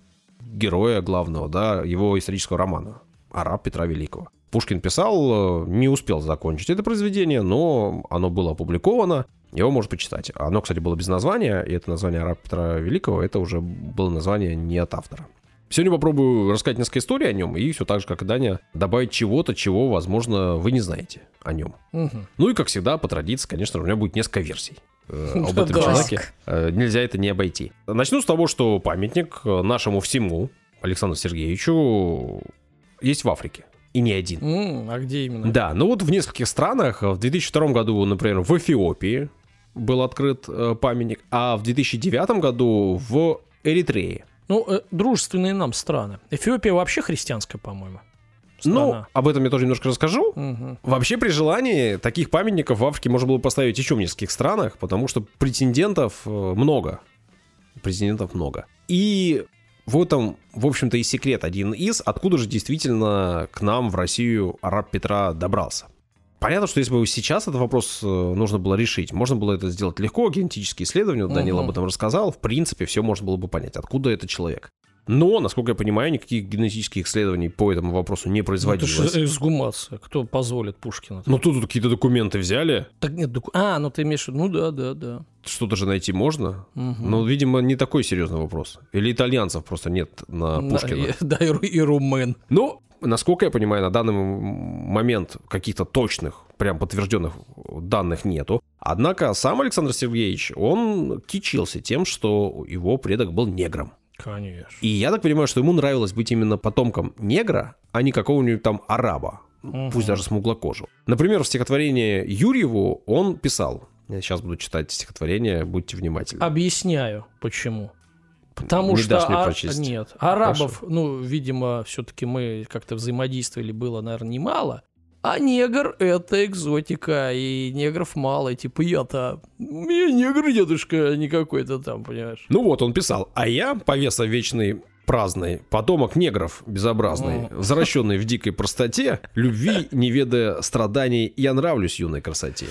героя главного, да, его исторического романа «Арап Петра Великого». Пушкин писал, э, не успел закончить это произведение, но оно было опубликовано, его можно почитать. Оно, кстати, было без названия, и это название «Арап Петра Великого», это уже было название не от автора. Сегодня попробую рассказать несколько историй о нем и все так же, как и Даня, добавить чего-то, чего, возможно, вы не знаете о нем. Мгм. Ну и, как всегда, по традиции, конечно, у меня будет несколько версий э, об этом Да-да. человеке. Э, Нельзя это не обойти. Начну с того, что памятник э, нашему всему, Александру Сергеевичу, есть в Африке. И не один. М, А где именно? Да, ну вот в нескольких странах. В две тысячи втором году, например, в Эфиопии был открыт э, памятник, а в две тысячи девятом году в Эритрее. Ну, э, дружественные нам страны. Эфиопия вообще христианская, по-моему. Ну, Страна. об этом я тоже немножко расскажу. Мгм. Вообще, при желании, таких памятников в Африке можно было поставить еще в нескольких странах, потому что претендентов э, много. Претендентов много. И в этом, в общем-то, и секрет один из, откуда же действительно к нам в Россию Арап Петра добрался. Понятно, что если бы сейчас этот вопрос э, нужно было решить, можно было это сделать легко, генетические исследования, вот Данил Мгм. об этом рассказал, в принципе, все можно было бы понять, откуда этот человек. Но, насколько я понимаю, никаких генетических исследований по этому вопросу не Ну, это производилось. же эксгумация. Кто позволит Пушкину? Ну, тут какие-то документы взяли, Так нет, доку- а, ну ты имеешь в виду, ну да, да, да. что-то же найти можно. Мгм. Но, видимо, не такой серьезный вопрос. Или итальянцев просто нет на Да, Пушкина. и- Да, и, ру- и румын. Ну, насколько я понимаю, на данный момент каких-то точных, прям подтвержденных данных нету. Однако сам Александр Сергеевич, он кичился тем, что его предок был негром. Конечно. И я так понимаю, что ему нравилось быть именно потомком негра, а не какого-нибудь там араба, Мгм. пусть даже смуглокожего. Например, в стихотворении Юрьеву он писал: Я сейчас буду читать стихотворение, будьте внимательны. Объясняю, почему. Потому Не что... дашь мне а- прочесть? Нет. Арабов, ну, видимо, все-таки мы как-то взаимодействовали, было, наверное, немало. А негр — это экзотика, и негров мало. Типа я-то... У меня негр дедушка, не какой-то там, понимаешь. Ну вот, он писал: «А я, повеса вечный, праздный, потомок негров безобразный, возвращенный в дикой простоте, любви, не ведая страданий, я нравлюсь юной красоте».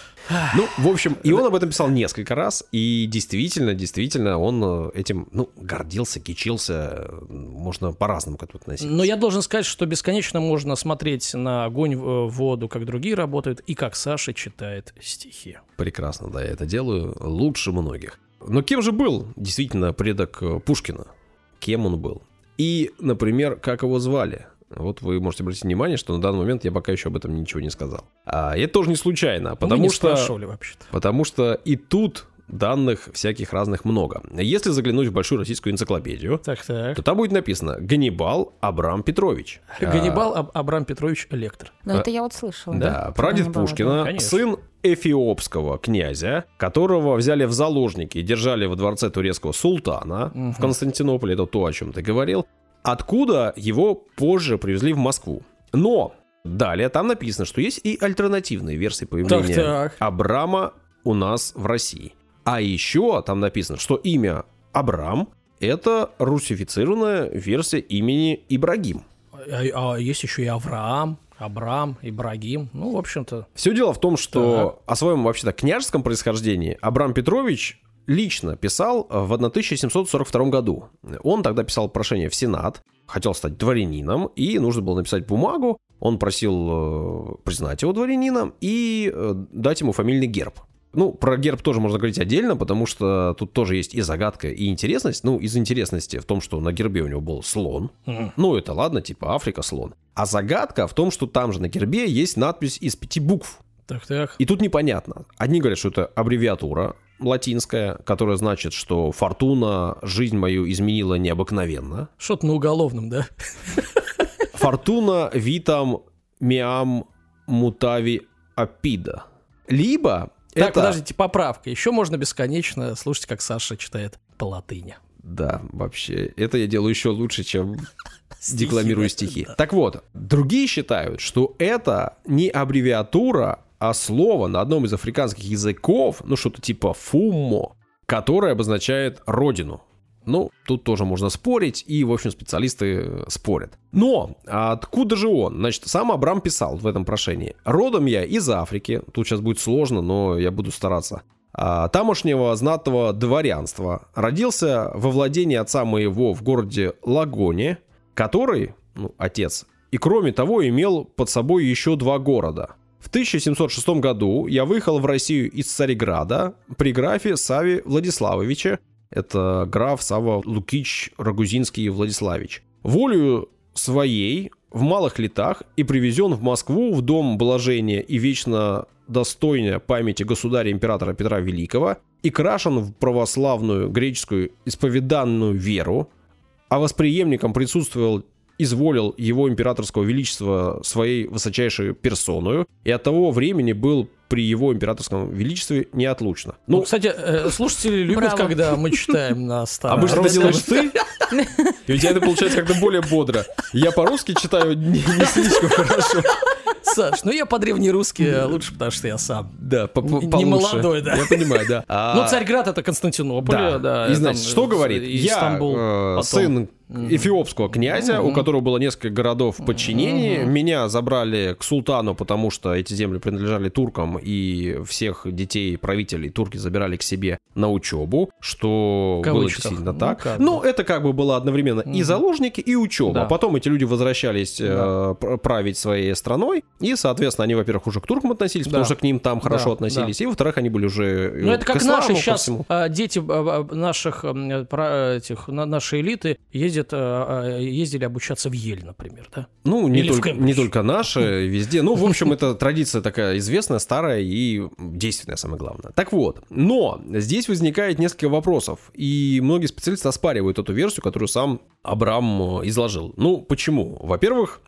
Ну, в общем, и он об этом писал несколько раз, и действительно, действительно, он этим, ну, гордился, кичился, можно по-разному к этому относиться. Но я должен сказать, что бесконечно можно смотреть на огонь, в воду, как другие работают, и как Саша читает стихи. Прекрасно, да, я это делаю лучше многих. Но кем же был действительно предок Пушкина? Кем он был? И, например, как его звали? Вот вы можете обратить внимание, что на данный момент я пока еще об этом ничего не сказал. А это тоже не случайно, потому Мы не что, спрашивали вообще-то. потому что и тут данных всяких разных много. Если заглянуть в большую российскую энциклопедию, Так, так. то там будет написано Ганнибал Абрам Петрович. Ганнибал Аб- Абрам Петрович Лектор. Ну, это я вот слышала. Да, прадед Ганнибала, Пушкина, Конечно. сын эфиопского князя, которого взяли в заложники и держали во дворце турецкого султана Мгм. в Константинополе, это то, о чем ты говорил, откуда его позже привезли в Москву. Но далее там написано, что есть и альтернативные версии появления Так-так. Абрама у нас в России. А еще там написано, что имя Абрам — это русифицированная версия имени Ибрагим. А, а есть еще и Авраам, Абрам, Ибрагим. Ну, в общем-то... Все дело в том, что о своем вообще-то княжеском происхождении Абрам Петрович лично писал в тысяча семьсот сорок втором году. Он тогда писал прошение в Сенат, хотел стать дворянином, и нужно было написать бумагу. Он просил э, признать его дворянином и э, дать ему фамильный герб. Ну, про герб тоже можно говорить отдельно, потому что тут тоже есть и загадка, и интересность. Ну, из интересности в том, что на гербе у него был слон. Мгм. Ну, это ладно, типа Африка, слон. А загадка в том, что там же на гербе есть надпись из пяти букв. Так-так. И тут непонятно. Одни говорят, что это аббревиатура латинская, которая значит, что фортуна жизнь мою изменила необыкновенно. Что-то на уголовном, да? Фортуна витам миам мутави апида. Либо Так, это... подождите, поправка. Еще можно бесконечно слушать, как Саша читает по латыни. Да, вообще, это я делаю еще лучше, чем Стихи, декламирую да, стихи. да. Так вот, другие считают, что это не аббревиатура, а слово на одном из африканских языков, ну что-то типа фуммо, которое обозначает родину. Ну, тут тоже можно спорить, и, в общем, специалисты спорят. Но откуда же он? Значит, сам Абрам писал в этом прошении: «Родом я из Африки». Тут сейчас будет сложно, но я буду стараться. А, тамошнего знатного дворянства. Родился во владении отца моего в городе Лагоне, который, ну, отец, и кроме того имел под собой еще два города. В тысяча семьсот шестом году я выехал в Россию из Цареграда при графе Саве Владиславовиче. Это граф Сава Лукич Рагузинский Владиславич. Волею своей в малых летах и привезен в Москву в дом блажения и вечно достойной памяти государя-императора Петра Великого и крашен в православную греческую исповеданную веру, а восприемником присутствовал, изволил его императорского величества своей высочайшей персоною, и от того времени был при его императорском величестве неотлучно. Ну, Ну, кстати, э, слушатели любят, Браво. когда мы читаем на старом. обычно это делаешь ты, и у тебя это получается как-то более бодро. Я по-русски читаю не, не слишком хорошо. Саш, ну я по-древнерусски лучше, потому что я сам. Да, по- по- Не получше. молодой, да. Я понимаю, да. А, Ну, Царьград — это Константинополь, да. да. И там, значит, что э, говорит? и Я Стамбул э, потом. сын эфиопского князя, у которого было несколько городов в подчинении. Меня забрали к султану, потому что эти земли принадлежали туркам, и всех детей правителей турки забирали к себе на учебу, что В было кавычках. действительно Ну, так. как Ну, бы. это как бы было одновременно и заложники, и учеба. Да. Потом эти люди возвращались э, пр- править своей страной, и, соответственно, они, во-первых, уже к туркам относились, потому Да. что к ним там хорошо Да, относились, и, во-вторых, они были уже э, Ну, это к как исламу, наши ко сейчас всему. дети а, а, наших м, про- этих, на- нашей элиты ездят, а, а, ездили обучаться в Ель, например, да? Ну, не, Или в только, Кембридж. не только наши, везде. Ну, в общем, это традиция такая известная, старая и действенная, самое главное. Так вот, но здесь возникает несколько вопросов, и многие специалисты оспаривают эту версию, которую сам Абрам изложил. Ну, почему? Во-первых,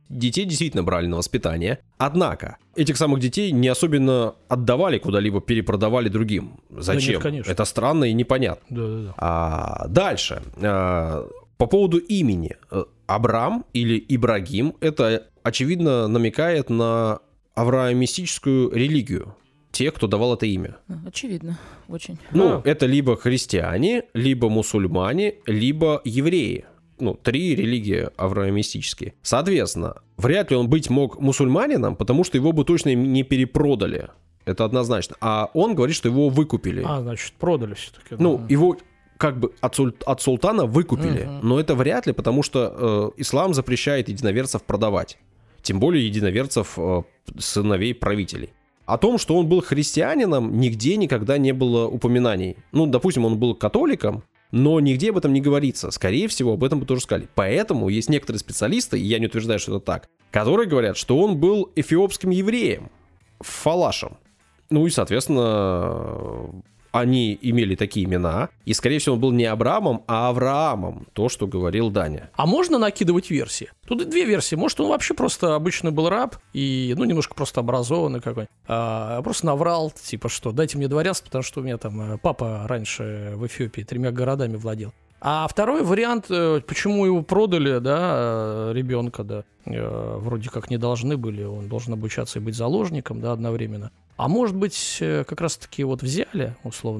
детей действительно брали на воспитание. Однако, этих самых детей не особенно отдавали куда-либо, перепродавали другим. Зачем? Да нет, конечно. Это странно и непонятно. Да, да, да. А, дальше. А, по поводу имени. Абрам или Ибрагим, это, очевидно, намекает на авраамистическую религию. Те, кто давал это имя. Очевидно, очень. Ну, А. это либо христиане, либо мусульмане, либо евреи. Ну, три религии авраамистические. Соответственно, вряд ли он быть мог мусульманином, потому что его бы точно не перепродали. Это однозначно. А он говорит, что его выкупили. А, значит, продали все-таки. Ну, да. его как бы от, суль- от султана выкупили. Мгм. Но это вряд ли, потому что э, ислам запрещает единоверцев продавать. Тем более единоверцев э, сыновей правителей. О том, что он был христианином, нигде никогда не было упоминаний. Ну, допустим, он был католиком, но нигде об этом не говорится. Скорее всего, об этом бы тоже сказали. Поэтому есть некоторые специалисты, и я не утверждаю, что это так, которые говорят, что он был эфиопским евреем, фалашем. Ну и, соответственно, они имели такие имена, и, скорее всего, он был не Абрамом, а Авраамом, то, что говорил Даня. А можно накидывать версии? Тут две версии. Может, он вообще просто обычный был раб и, ну, немножко просто образованный какой-нибудь. А, просто наврал, типа, что дайте мне дворянство, потому что у меня там папа раньше в Эфиопии тремя городами владел. А второй вариант, почему его продали, да, ребенка, да, вроде как не должны были, он должен обучаться и быть заложником, да, одновременно. А может быть, как раз-таки вот взяли,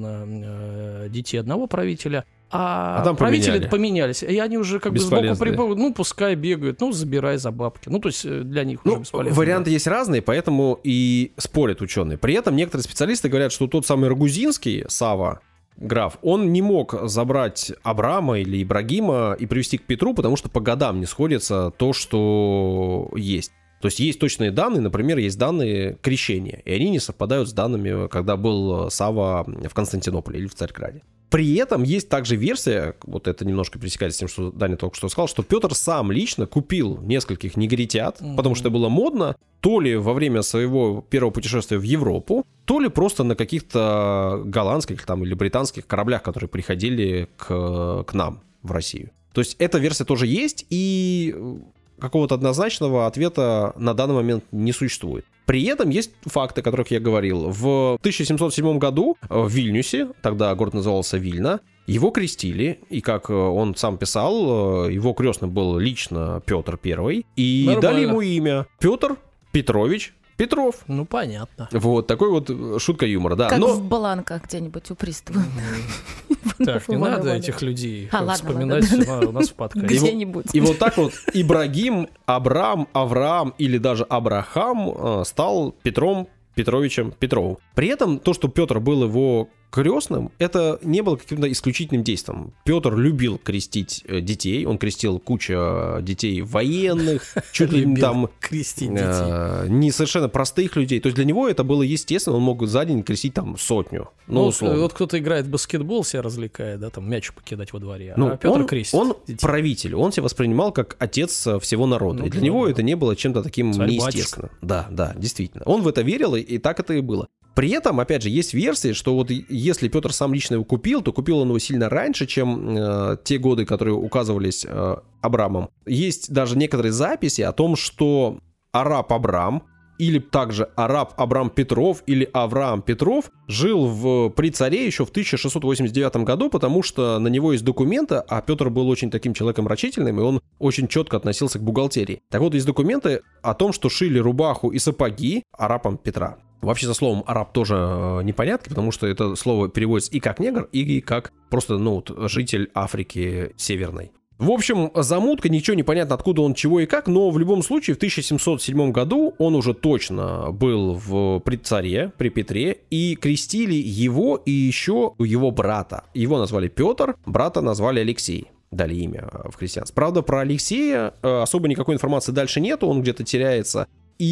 условно, детей одного правителя, а, А там правители поменяли. поменялись, и они уже как бы сбоку Бесполезные. припомнят, ну, пускай бегают, ну, забирай за бабки. Ну, то есть для них уже Ну, бесполезно. варианты да. есть разные, поэтому и спорят ученые. При этом некоторые специалисты говорят, что тот самый Рагузинский, Сава, граф, он не мог забрать Абрама или Ибрагима и привести к Петру, потому что по годам не сходится то, что есть. То есть есть точные данные, например, есть данные крещения, и они не совпадают с данными, когда был Сава в Константинополе или в Царьграде. При этом есть также версия, вот это немножко пересекается с тем, что Даня только что сказал, что Петр сам лично купил нескольких негритят, mm-hmm. потому что было модно, то ли во время своего первого путешествия в Европу, то ли просто на каких-то голландских там, или британских кораблях, которые приходили к, к нам в Россию. То есть эта версия тоже есть, и какого-то однозначного ответа на данный момент не существует. При этом есть факты, о которых я говорил. В тысяча семьсот седьмом году в Вильнюсе, тогда город назывался Вильна, его крестили, и, как он сам писал, его крестным был лично Петр Первый, и Нормально. дали ему имя Петр Петрович Петров. Ну, понятно. Вот, такой вот шутка юмора, да. Как Но... в Баланках где-нибудь у пристава. Так, не надо этих людей А, ладно, вспоминать ладно. у нас в подкасте. Где-нибудь. И вот так вот Ибрагим, Абрам, Авраам или даже Абрахам стал Петром Петровичем Петровым. При этом то, что Петр был его крестным, это не было каким-то исключительным действием. Петр любил крестить детей, он крестил кучу детей военных, чуть ли не там крестить детей. э, не совершенно простых людей. То есть для него это было естественно, он мог за день крестить там сотню. Ну, Ну, условно. вот кто-то играет в баскетбол, себя развлекает, да, там мяч покидать во дворе, Ну, а Петр он, крестит он детей. правитель, он себя воспринимал как отец всего народа. Ну, и для да, него да. это не было чем-то таким Царь-батюшка. неестественным. Да, да, действительно. Он в это верил, и, и так это и было. При этом, опять же, есть версии, что вот если Петр сам лично его купил, то купил он его сильно раньше, чем э, те годы, которые указывались э, Абрамом. Есть даже некоторые записи о том, что араб Абрам, или также араб Абрам Петров, или Авраам Петров, жил в, при царе еще в тысяча шестьсот восемьдесят девятом году, потому что на него есть документы, а Петр был очень таким человеком рачительным, и он очень четко относился к бухгалтерии. Так вот, есть документы о том, что шили рубаху и сапоги арабам Петра. Вообще, со словом «араб» тоже э, непонятки, потому что это слово переводится и как негр, и как просто, ну, вот, житель Африки Северной. В общем, замутка, ничего не понятно, откуда он, чего и как, но в любом случае в тысяча семьсот седьмом году он уже точно был в, при царе, при Петре, и крестили его и еще его брата. Его назвали Петр, брата назвали Алексей. Дали имя в христианстве. Правда, про Алексея э, особо никакой информации дальше нету, он где-то теряется.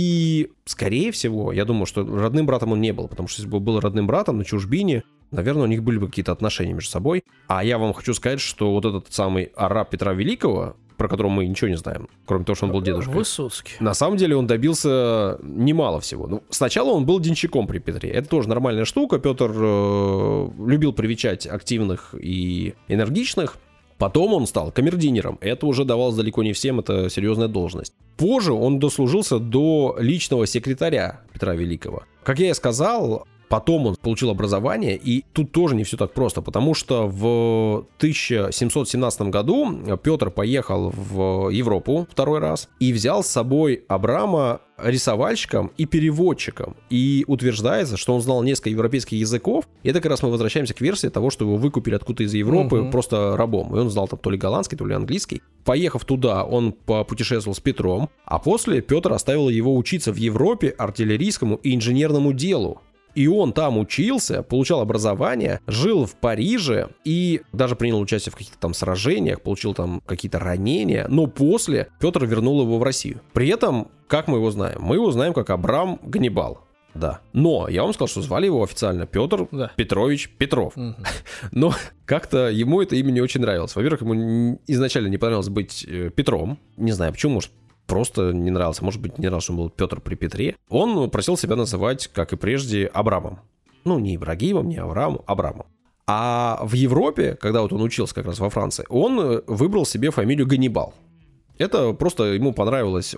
И, скорее всего, я думаю, что родным братом он не был, потому что если бы он был родным братом на чужбине, наверное, у них были бы какие-то отношения между собой. А я вам хочу сказать, что вот этот самый араб Петра Великого, про которого мы ничего не знаем, кроме того, что он был дедушкой, Высоцкий. на самом деле он добился немало всего. Ну, сначала он был денщиком при Петре. Это тоже нормальная штука. Петр э, любил привечать активных и энергичных. Потом он стал камердинером. Это уже давалось далеко не всем, это серьезная должность. Позже он дослужился до личного секретаря Петра Великого. Как я и сказал, потом он получил образование, и тут тоже не все так просто, потому что в тысяча семьсот семнадцатом году Петр поехал в Европу второй раз и взял с собой Абрама рисовальщиком и переводчиком. И утверждается, что он знал несколько европейских языков. И это как раз мы возвращаемся к версии того, что его выкупили откуда-то из Европы угу. просто рабом. И он знал там то ли голландский, то ли английский. Поехав туда, он попутешествовал с Петром, а после Петр оставил его учиться в Европе артиллерийскому и инженерному делу. И он там учился, получал образование, жил в Париже и даже принял участие в каких-то там сражениях, получил там какие-то ранения, но после Петр вернул его в Россию. При этом, как мы его знаем? Мы его знаем как Абрам Ганнибал. Да. Но я вам сказал, что звали его официально Петр да. Петрович Петров. Угу. Но как-то ему это имя не очень нравилось. Во-первых, ему изначально не понравилось быть Петром. Не знаю почему, может, просто не нравился. Может быть, не нравился, что он был Петр при Петре. Он просил себя называть, как и прежде, Абрамом. Ну, не Ибрагимом, не Авраамом, Абрамом. А в Европе, когда вот он учился как раз во Франции, он выбрал себе фамилию Ганнибал. Это просто ему понравилось.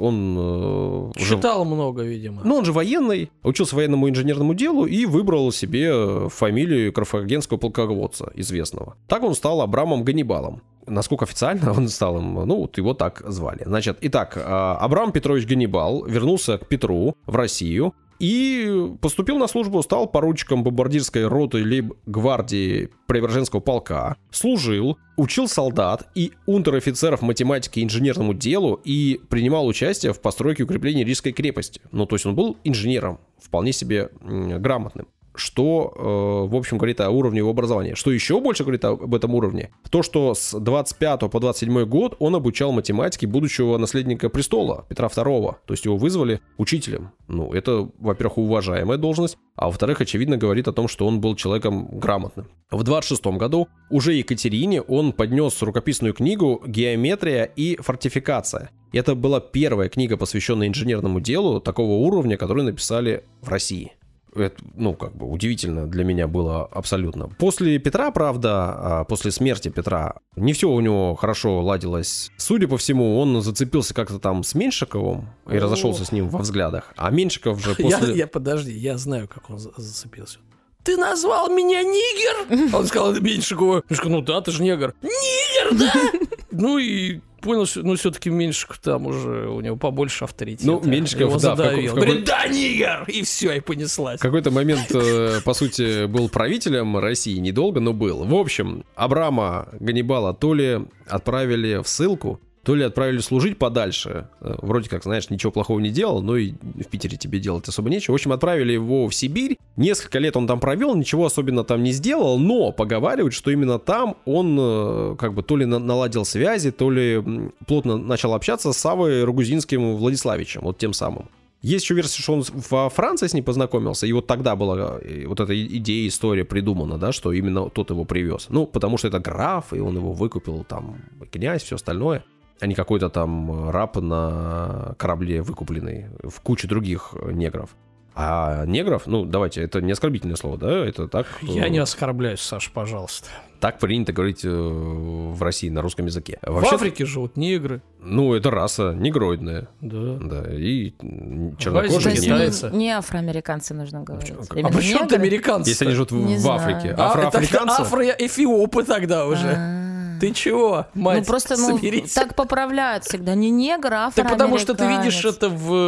Он читал уже... много, видимо. Ну, он же военный, учился военному инженерному делу и выбрал себе фамилию карфагенского полководца известного. Так он стал Абрамом Ганнибалом. Насколько официально он стал им, ну, вот его так звали. Значит, итак, Абрам Петрович Ганнибал вернулся к Петру в Россию и поступил на службу, стал поручиком бомбардирской роты лейб-гвардии Преображенского полка, служил, учил солдат и унтер-офицеров математике и инженерному делу и принимал участие в постройке и укреплении Рижской крепости. Ну, то есть он был инженером, вполне себе м- грамотным. Что, э, в общем, говорит о уровне его образования. Что еще больше говорит об этом уровне? То, что с двадцать пятого по двадцать седьмой год он обучал математике будущего наследника престола Петра второго. То есть его вызвали учителем. Ну, это, во-первых, уважаемая должность, а во-вторых, очевидно, говорит о том, что он был человеком грамотным. В двадцать шестом году уже Екатерине он поднес рукописную книгу «Геометрия и фортификация». Это была первая книга, посвященная инженерному делу такого уровня, которую написали в России. Это, ну, как бы удивительно для меня было абсолютно. После Петра, правда, после смерти Петра, не все у него хорошо ладилось. Судя по всему, он зацепился как-то там с Меньшиковым и О. разошелся с ним во взглядах. А Меньшиков же после... Я, я подожди, я знаю, как он зацепился. Ты назвал меня нигер? Он сказал Меньшикову. Ну да, ты же негр. Нигер, да? Ну и... Понял, что, ну, все-таки Меньшиков там уже, у него побольше авторитета. Ну, Меньшиков, его да. задавил. В какой... Говорит, да, нигер! И все, и понеслась. В какой-то момент, по сути, был правителем России, недолго, но был. В общем, Абрама Ганнибала то ли отправили в ссылку, то ли отправили служить подальше. Вроде как, знаешь, ничего плохого не делал, но и в Питере тебе делать особо нечего. В общем, отправили его в Сибирь. Несколько лет он там провел, ничего особенно там не сделал, но поговаривают, что именно там он как бы то ли наладил связи, то ли плотно начал общаться с Саввой Рагузинским Владиславичем, вот тем самым. Есть еще версия, что он во Франции с ней познакомился, и вот тогда была вот эта идея, история придумана, да, что именно тот его привез. Ну, потому что это граф, и он его выкупил, там, князь, все остальное. А не какой-то там раб на корабле выкупленный в куче других негров. А негров, ну, давайте, это не оскорбительное слово, да? Это так... Я не оскорбляюсь, Саша, пожалуйста. Так принято говорить в России на русском языке. Вообще, в Африке живут негры. Ну, это раса негроидная. Да. Да, и чернокожие китайцы. Не, не афроамериканцы нужно говорить. А почему-то американцы? Если они живут не в знаю. Африке. А, афроафриканцы? Афроэфиопы тогда уже. А-а-а. Ты чего, мать, ну, просто, ну, так поправляют всегда. Не негр, а афроамериканец. Так потому что ты видишь это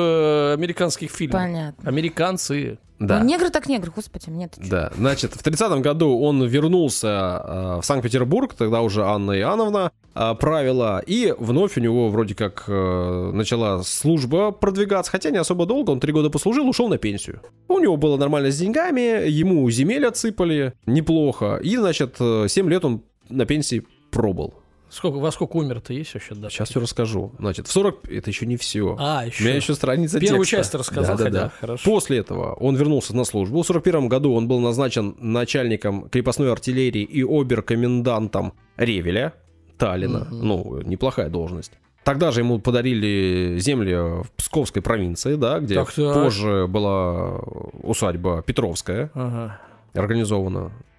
в американских фильмах. Понятно. Американцы. Да. Ну, негр так негр, господи, мне это... Да, значит, в тридцатом году он вернулся э, в Санкт-Петербург, тогда уже Анна Иоанновна э, правила, и вновь у него вроде как э, начала служба продвигаться, хотя не особо долго, он три года послужил, ушел на пенсию. У него было нормально с деньгами, ему земель отсыпали неплохо, и, значит, семь лет он на пенсии пробыл. Сколько, во сколько умер-то есть вообще? Да, сейчас все расскажу. Значит, в сорок... Это еще не все. А, еще. У меня еще страница Первую текста. часть ты рассказал, да, хотя. Да, да. Хорошо. После этого он вернулся на службу. В сорок первом году он был назначен начальником крепостной артиллерии и обер-комендантом Ревеля, Таллина. Угу. Ну, неплохая должность. Тогда же ему подарили земли в Псковской провинции, да, где так, позже была усадьба Петровская, ага. организована.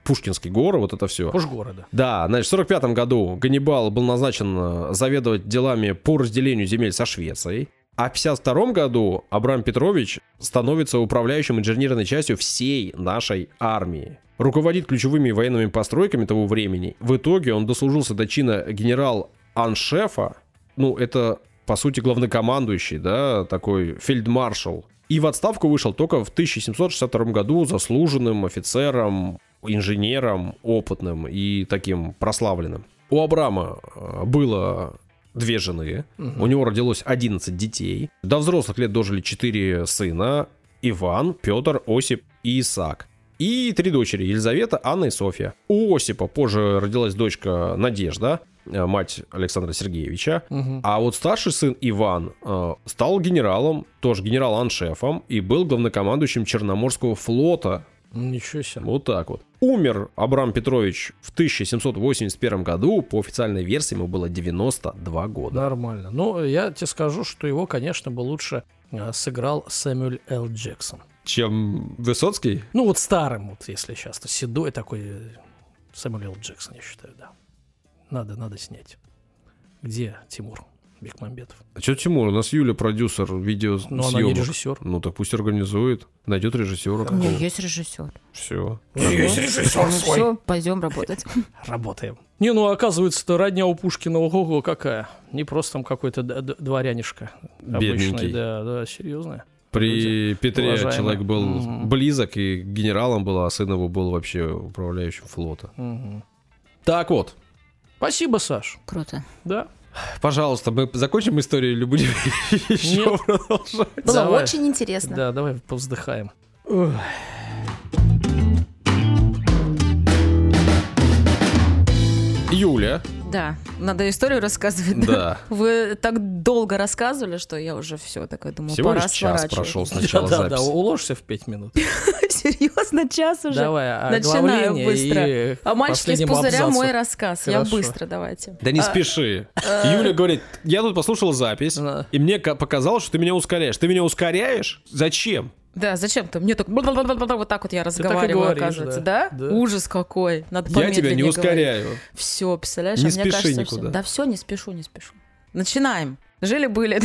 Пушкинский горы, вот это все. Пушгорода. Да, значит, в сорок пятом году Ганнибал был назначен заведовать делами по разделению земель со Швецией. А в пятьдесят втором году Абрам Петрович становится управляющим инженерной частью всей нашей армии. Руководит ключевыми военными постройками того времени. В итоге он дослужился до чина генерал-аншефа. Ну, это, по сути, главнокомандующий, да, такой фельдмаршал. И в отставку вышел только в тысяча семьсот шестьдесят втором году заслуженным офицером, инженером, опытным и таким прославленным. У Абрама было две жены, угу. У него родилось одиннадцать детей. До взрослых лет дожили четыре сына: Иван, Петр, Осип и Исаак. И три дочери: Елизавета, Анна и Софья. У Осипа позже родилась дочка Надежда, мать Александра Сергеевича. Угу. А вот старший сын Иван э, стал генералом, тоже генерал-аншефом, и был главнокомандующим Черноморского флота. Ничего себе. Вот так вот. Умер Абрам Петрович в тысяча семьсот восемьдесят первом году. По официальной версии ему было девяносто два года. Нормально. Ну, я тебе скажу, что его, конечно, бы лучше э, сыграл Сэмюэль Л. Джексон. Чем Высоцкий? Ну, вот старым, вот если сейчас, то седой такой Сэмюэль Л. Джексон, я считаю, да. Надо, надо снять. Где Тимур Бекмамбетов? А что Тимур? У нас Юля продюсер видеосъемок. Ну, она не режиссер. Ну, так пусть организует. Найдет режиссера. У меня есть режиссер. Все. Есть режиссер свой. Все, пойдем работать. Работаем. Не, ну, оказывается-то родня у Пушкина, ого-го, какая. Не просто там какой-то дворянишка. Бедненький. Да, да, серьезная. При Люди, Петре уважаемые. человек был Mm-hmm. близок и генералом был, а сын его был вообще управляющим флота. Mm-hmm. Так вот. Спасибо, Саш. Круто. Да. Пожалуйста, мы закончим историю или будем еще Нет. продолжать? Было Давай. очень интересно. Да, давай повздыхаем. Юля. Да, надо историю рассказывать. Да. Вы так долго рассказывали, что я уже все такое думаю, Всего пора лишь час сворачивать. прошел с начала Да, да, да, записи. уложься в пять минут. Серьезно, час уже? Давай, Начинаю оглавление быстро. и А мальчики из последнему пузыря абзацу. мой рассказ. Хорошо. Я быстро, давайте. Да не А, спеши. Юля говорит, я тут послушала запись, Да. и мне ка- показалось, что ты меня ускоряешь. Ты меня ускоряешь? Зачем? Да, зачем-то? Мне так вот так вот я разговариваю, говоришь, оказывается, да. да? Да. Ужас какой. Надо Я тебя не помедленнее ускоряю. Все, представляешь, Не а мне спеши кажется, никуда. всё. Да все, не спешу, не спешу. Начинаем. Жили-были.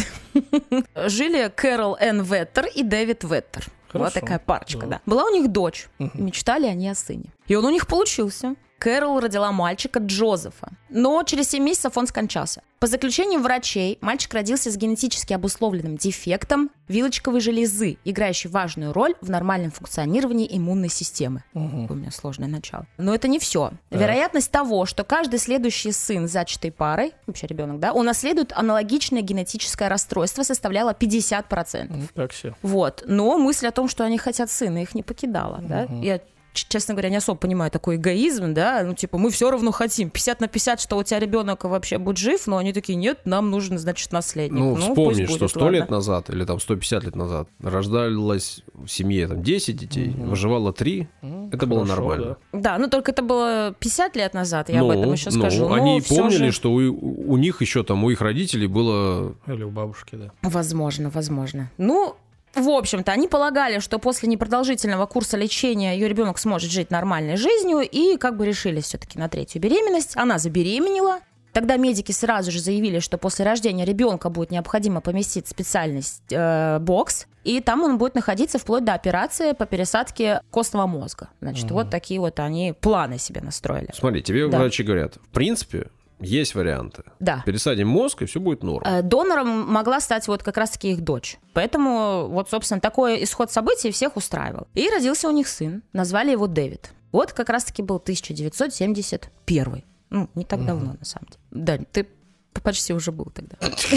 Жили Кэрол Энн Веттер и Дэвид Веттер. Хорошо. Вот такая парочка, Да. да. Была у них дочь. Мгм. Мечтали они о сыне. И он у них получился. Кэрол родила мальчика Джозефа. Но через семь месяцев он скончался. По заключению врачей, мальчик родился с генетически обусловленным дефектом вилочковой железы, играющей важную роль в нормальном функционировании иммунной системы. Мгм. У меня сложное начало. Но это не все. Вероятность того, что каждый следующий сын зачатой парой, вообще ребенок, да, унаследует аналогичное генетическое расстройство, составляла пятьдесят процентов. Ну, так все. Вот. Но мысль о том, что они хотят сына, их не покидала, да. Я, ч- честно говоря, не особо понимаю такой эгоизм, да, ну, типа, мы все равно хотим пятьдесят на пятьдесят, что у тебя ребенок вообще будет жив, но они такие, нет, нам нужен, значит, наследник. Ну, вспомни, пусть что будет, сто ладно. лет назад или там сто пятьдесят лет назад рождалось в семье там десять детей, выживало три. Это было Хорошо, нормально. Да, ну только это было пятьдесят лет назад, я Ну, об этом еще ну, скажу. но они всё помнили, же- что у, у них еще там, у их родителей было... да. Или у бабушки, да. Возможно, возможно. Ну, в общем-то, они полагали, что после непродолжительного курса лечения ее ребенок сможет жить нормальной жизнью, и как бы решили все-таки на третью беременность. Она забеременела. Тогда медики сразу же заявили, что после рождения ребенка будет необходимо поместить в специальный э, бокс, и там он будет находиться вплоть до операции по пересадке костного мозга. Значит, Мгм. вот такие вот они планы себе настроили. Смотри, тебе Да. врачи говорят, в принципе, есть варианты. Да. Пересадим мозг, и все будет норм. Э, Донором могла стать вот как раз-таки их дочь. Поэтому вот, собственно, такой исход событий всех устраивал. И родился у них сын. Назвали его Дэвид. Вот как раз-таки был тысяча девятьсот семьдесят первый. Ну, не так давно, на самом деле. Да, ты почти уже был тогда.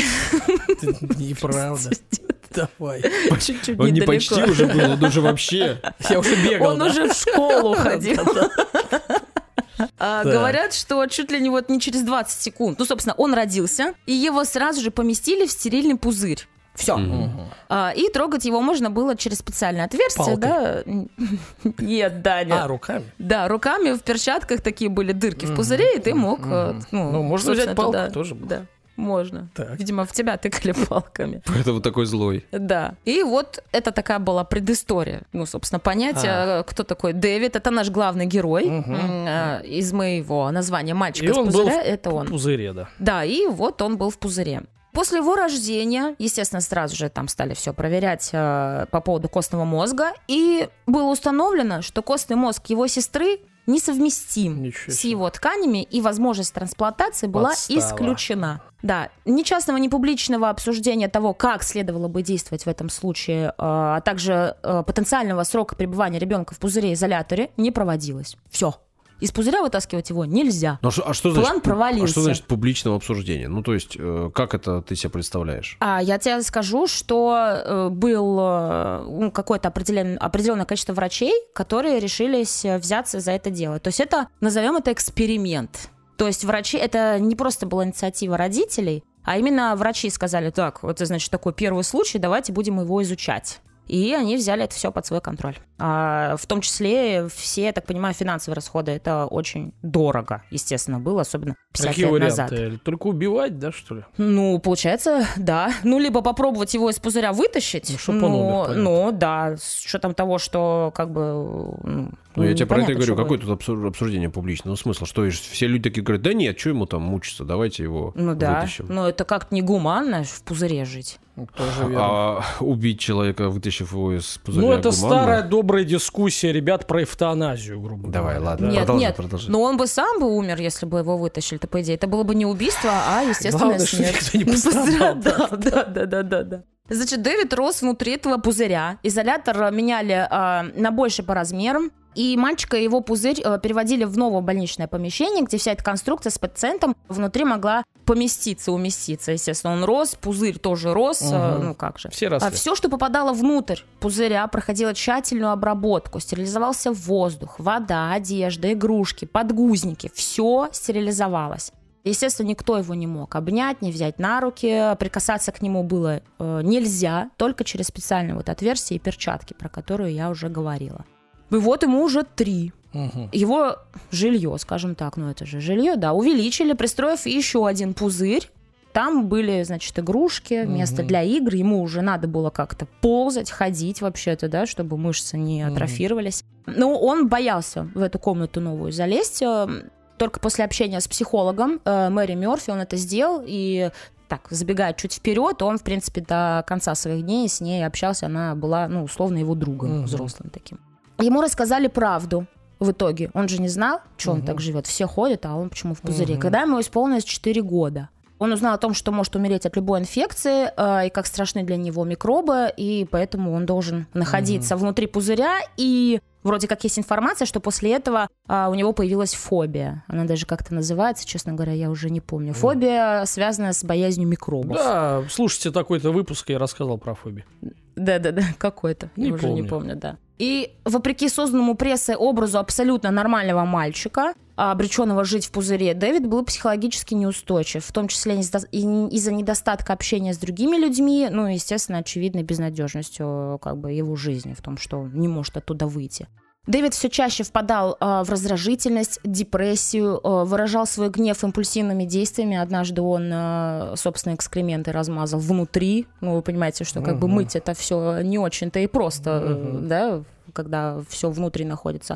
Неправда. Давай. Чуть-чуть Он не недалеко. почти уже был, он уже вообще... Я уже бегал. Он да? уже в школу ходил. А, Так. Говорят, что чуть ли не вот не через двадцать секунд. Ну, собственно, он родился, и его сразу же поместили в стерильный пузырь. Все. А, и трогать его можно было через специальное отверстие, да? Нет, Даня. А, руками? Да, руками в перчатках такие были дырки в пузыре, и ты мог... э, Ну, можно собственно, взять палку туда- тоже. Да. Можно. Так. Видимо, в тебя тыкали палками. Поэтому такой злой. Да. И вот это такая была предыстория. Ну, собственно, понятие, А. кто такой Дэвид. Это наш главный герой. Мгм. М, э, Из моего названия «Мальчик И из он был пузыря» в это он. пузыре, да. Да, и вот он был в пузыре. После его рождения, естественно, сразу же там стали все проверять э, по поводу костного мозга. И было установлено, что костный мозг его сестры несовместим Ничего с себе. его тканями, и возможность трансплантации была Подстава. исключена. Да, ни частного, ни публичного обсуждения того, как следовало бы действовать в этом случае, э, а также э, потенциального срока пребывания ребенка в пузыре-изоляторе не проводилось. Все. Из пузыря вытаскивать его нельзя. Ну, а что, а что План значит, провалился. А что значит публичного обсуждения? Ну, то есть, э, как это ты себе представляешь? А я тебе скажу, что э, был э, ну, какое-то определен, определенное количество врачей, которые решились э, взяться за это дело. То есть это, назовем это эксперимент. То есть врачи, это не просто была инициатива родителей, а именно врачи сказали: так, вот это значит такой первый случай, давайте будем его изучать. И они взяли это все под свой контроль. А, в том числе все, я так понимаю, финансовые расходы. Это очень дорого, естественно, было, особенно пятьдесят Какие лет варианты? назад. Только убивать, да, что ли? Ну, получается, да. Ну, либо попробовать его из пузыря вытащить. Ну, чтоб он умер, ну, понятно. ну, да, с учетом того, что как бы... Ну, Ну, я тебе про это и непонятно, говорю, что какое будет. тут обсур- обсуждение публичное? Ну, смысл, что и все люди такие говорят: да нет, что ему там мучиться, давайте его Ну, да. вытащим. Ну, это как-то негуманно в пузыре жить. Ну, Тоже верно. А убить человека, вытащив его из пузыря, Ну, это гуманно? старая добрая дискуссия ребят про эвтаназию, грубо Давай, говоря. ладно. да? Нет, продолжи, нет, продолжи. но он бы сам бы умер, если бы его вытащили-то, по идее. Это было бы не убийство, а естественная Главное, что смерть. никто не пострадал. Да, да, да, да, да, да. Значит, Дэвид рос внутри этого пузыря. Изолятор меняли а, на больше по размерам. И мальчика и его пузырь э, переводили в новое больничное помещение, где вся эта конструкция с пациентом внутри могла поместиться, уместиться. Естественно, он рос, пузырь тоже рос, э, Угу. ну как же. Все А росли. все, что попадало внутрь пузыря, проходило тщательную обработку, стерилизовался воздух, вода, одежда, игрушки, подгузники. Все стерилизовалось. Естественно, никто его не мог обнять, не взять на руки, прикасаться к нему было э, нельзя, только через специальные вот отверстия и перчатки, про которые я уже говорила. И вот ему уже три. Мгм. Его жилье, скажем так, ну это же жилье, да, увеличили, пристроив еще один пузырь. Там были, значит, игрушки, место Мгм. для игр. Ему уже надо было как-то ползать, ходить вообще-то, да, чтобы мышцы не Мгм. атрофировались. Но он боялся в эту комнату новую залезть. Э, Только после общения с психологом э, Мэри Мёрфи он это сделал. И так, забегая чуть вперед, он, в принципе, до конца своих дней с ней общался. Она была, ну, условно, его другом, Мгм. взрослым таким. Ему рассказали правду в итоге. Он же не знал, что он Мгм. так живет. Все ходят, а он почему в пузыре. Мгм. Когда ему исполнилось четыре года, он узнал о том, что может умереть от любой инфекции, э, и как страшны для него микробы, и поэтому он должен находиться внутри пузыря. И вроде как есть информация, что после этого а, у него появилась фобия. Она даже как-то называется, честно говоря, я уже не помню. Фобия, связанная с боязнью микробов. Да, слушайте такой-то выпуск, я рассказал про фобию. Да-да-да, какой-то. Не Я уже не помню. помню, да. И вопреки созданному прессой образу абсолютно нормального мальчика, обреченного жить в пузыре, Дэвид был психологически неустойчив, в том числе из-за и из-за недостатка общения с другими людьми, ну и, естественно, очевидной безнадежностью как бы его жизни, в том, что он не может оттуда выйти. Дэвид все чаще впадал э, в раздражительность, депрессию, э, выражал свой гнев импульсивными действиями. Однажды он, э, собственно, экскременты размазал внутри. Ну, вы понимаете, что как бы Мгм. мыть это все не очень-то и просто, э, Мгм. да, когда все внутри находится.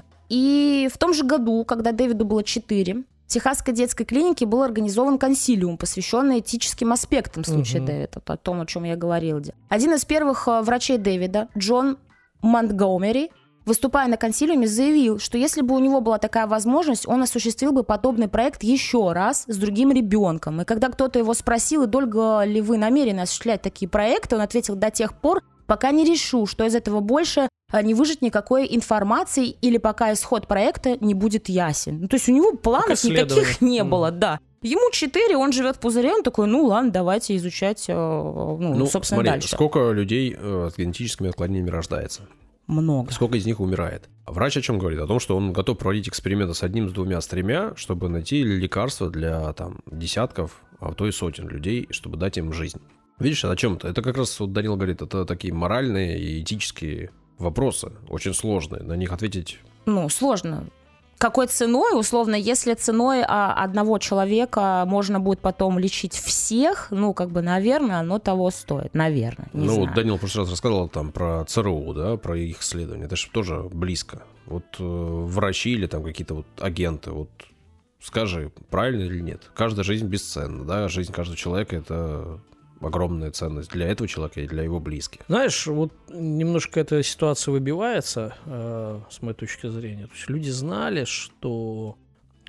И в том же году, когда Дэвиду было четыре, в Техасской детской клинике был организован консилиум, посвященный этическим аспектам случая Мгм. Дэвида, о том, о чем я говорила. Один из первых э, врачей Дэвида, Джон Монтгомери, выступая на консилиуме, заявил, что если бы у него была такая возможность, он осуществил бы подобный проект еще раз с другим ребенком. И когда кто-то его спросил, и долго ли вы намерены осуществлять такие проекты, он ответил: до тех пор, пока не решу, что из этого больше а, не выжить никакой информации или пока исход проекта не будет ясен. Ну, то есть у него планов исследование. никаких не Мгм. было, да. Ему четыре, он живет в пузыре, он такой: ну ладно, давайте изучать, э, ну, Ну, собственно, смотри, дальше. сколько людей э, с генетическими отклонениями рождается? Много. Сколько из них умирает? Врач о чем говорит? О том, что он готов проводить эксперименты с одним, с двумя, с тремя, чтобы найти лекарства для там десятков, а то и сотен людей, чтобы дать им жизнь. Видишь, о чем это? Это как раз, вот Данил говорит, это такие моральные и этические вопросы, очень сложные. На них ответить... Ну, сложно. Какой ценой? Условно, если ценой а, одного человека можно будет потом лечить всех, ну, как бы, наверное, оно того стоит. Наверное, не Ну, знаю. вот Данил в прошлый раз рассказывал там про ЦРУ, да, про их исследования. Это же тоже близко. Вот э, врачи или там какие-то вот агенты, вот скажи, правильно или нет? Каждая жизнь бесценна, да, жизнь каждого человека — это огромная ценность для этого человека и для его близких. Знаешь, вот немножко эта ситуация выбивается, э, с моей точки зрения. То есть люди знали, что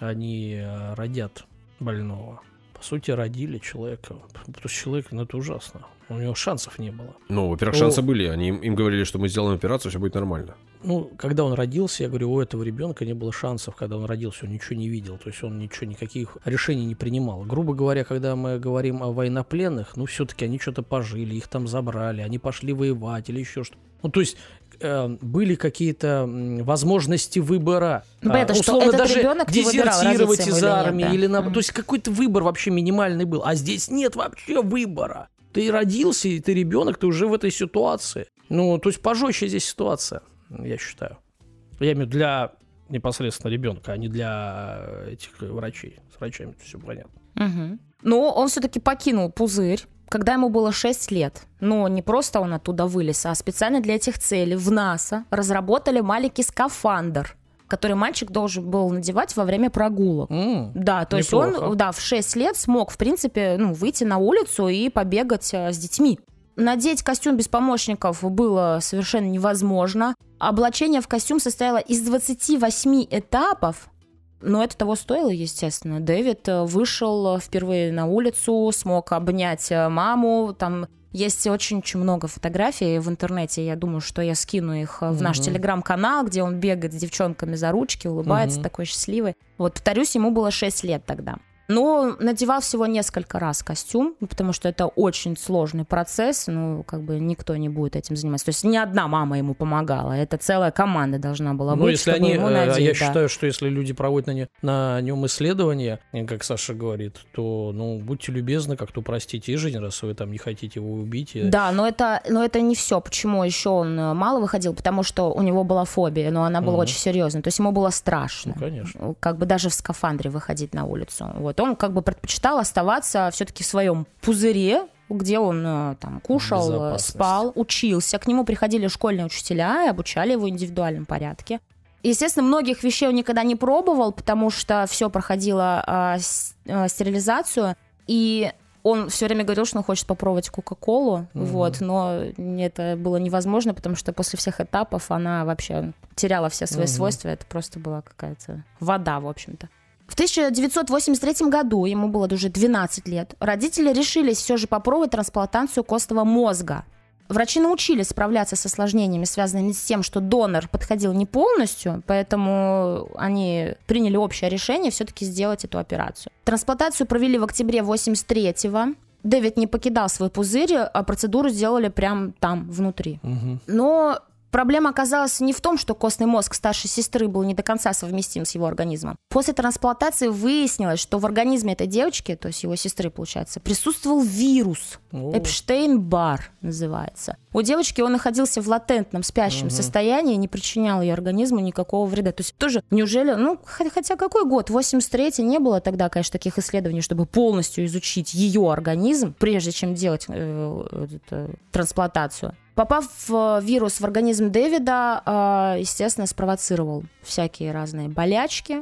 они э, родят больного. По сути, родили человека. Потому что человек, ну, это ужасно. У него шансов не было. Ну, во-первых, Ну, шансы были. Они им, им говорили, что мы сделаем операцию, все будет нормально. Ну, когда он родился, я говорю, у этого ребенка не было шансов, когда он родился, он ничего не видел, то есть он ничего, никаких решений не принимал. Грубо говоря, когда мы говорим о военнопленных, ну, все-таки они что-то пожили, их там забрали, они пошли воевать или еще что-то. Ну, то есть э, были какие-то м, возможности выбора. Понятно, а, что условно, этот даже ребенок не выбирал, дезертировать родиться ему из или нет, армии. да. Или на... Мгм. То есть какой-то выбор вообще минимальный был. А здесь нет вообще выбора. Ты родился, и ты ребенок, ты уже в этой ситуации. Ну, то есть пожестче здесь ситуация, я считаю. Я имею в виду для непосредственно ребенка, а не для этих врачей. С врачами все понятно. Угу. Но он все-таки покинул пузырь, когда ему было шесть лет. Но не просто он оттуда вылез, а специально для этих целей в НАСА разработали маленький скафандр, который мальчик должен был надевать во время прогулок. М, Да, то есть неплохо. он, да, в шесть лет смог, в принципе, ну, выйти на улицу и побегать а, с детьми. Надеть костюм без помощников было совершенно невозможно. Облачение в костюм состояло из двадцати восьми этапов, но это того стоило, естественно. Дэвид вышел впервые на улицу, смог обнять маму. Там есть очень-очень много фотографий в интернете. Я думаю, что я скину их в наш Мгм. телеграм-канал, где он бегает с девчонками за ручки, улыбается, Мгм. такой счастливый. Вот, повторюсь, ему было шесть лет тогда. Но надевал всего несколько раз костюм, потому что это очень сложный процесс, ну, как бы никто не будет этим заниматься. То есть не одна мама ему помогала, это целая команда должна была Ну, быть, если чтобы они, ему э, надеть, я да. считаю, что если люди проводят на, не- на нем исследования, э, как Саша говорит, то, ну, будьте любезны, как-то упростите и жизнь, раз вы там не хотите его убить. и- Да, но это, но это не все. Почему еще он э, мало выходил? Потому что у него была фобия, но она была Мгм. очень серьезной. То есть ему было страшно. Ну, конечно. Как бы даже в скафандре выходить на улицу. Вот. Он как бы предпочитал оставаться все-таки в своем пузыре, где он э, там кушал, э, Безопасность. спал, учился. К нему приходили школьные учителя и обучали его в индивидуальном порядке. Естественно, многих вещей он никогда не пробовал, потому что все проходило э, с- э, стерилизацию. И он все время говорил, что он хочет попробовать Кока-Колу, Мгм. вот, но это было невозможно, потому что после всех этапов она вообще теряла все свои Мгм. свойства. Это просто была какая-то вода, в общем-то. В тысяча девятьсот восемьдесят третьем году, ему было уже двенадцать лет, родители решились все же попробовать трансплантацию костного мозга. Врачи научились справляться с осложнениями, связанными с тем, что донор подходил не полностью, поэтому они приняли общее решение все-таки сделать эту операцию. Трансплантацию провели в октябре восемьдесят третьего. Дэвид не покидал свой пузырь, а процедуру сделали прямо там, внутри. Мгм. Но проблема оказалась не в том, что костный мозг старшей сестры был не до конца совместим с его организмом. После трансплантации выяснилось, что в организме этой девочки, то есть его сестры, получается, присутствовал вирус. О. Эпштейн-Бар называется. У девочки он находился в латентном спящем Мгм. состоянии и не причинял ее организму никакого вреда. То есть тоже, неужели, ну, хотя, хотя какой год? восемьдесят третий, не было тогда, конечно, таких исследований, чтобы полностью изучить ее организм, прежде чем делать э, э, э, трансплантацию. Попав в вирус в организм Дэвида, э, естественно, спровоцировал всякие разные болячки.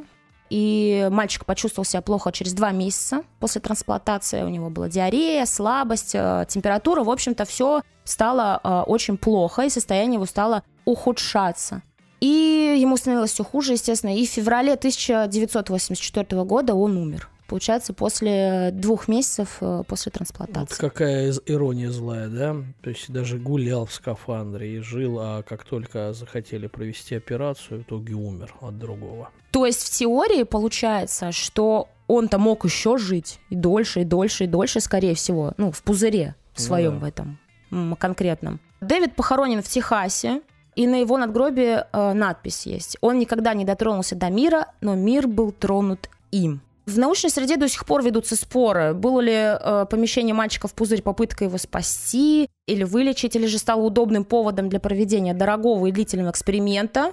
И мальчик почувствовал себя плохо через два месяца после трансплантации. У него была диарея, слабость, э, температура. В общем-то, все стало э, очень плохо, и состояние его стало ухудшаться. И ему становилось все хуже, естественно. И в феврале тысяча девятьсот восемьдесят четвёртого года он умер. Получается, после двух месяцев э, после Вот трансплантации. какая из- ирония злая, да? То есть даже гулял в скафандре и жил, а как только захотели провести операцию, в итоге умер от другого. То есть в теории получается, что он-то мог еще жить и дольше, и дольше, и дольше, скорее всего, ну, в пузыре в Ну своем да. в этом м, конкретном. Дэвид похоронен в Техасе, и на его надгробии э, надпись есть. Он никогда не дотронулся до мира, но мир был тронут им. В научной среде до сих пор ведутся споры, было ли э, помещение мальчика в пузырь попыткой его спасти или вылечить, или же стало удобным поводом для проведения дорогого и длительного эксперимента.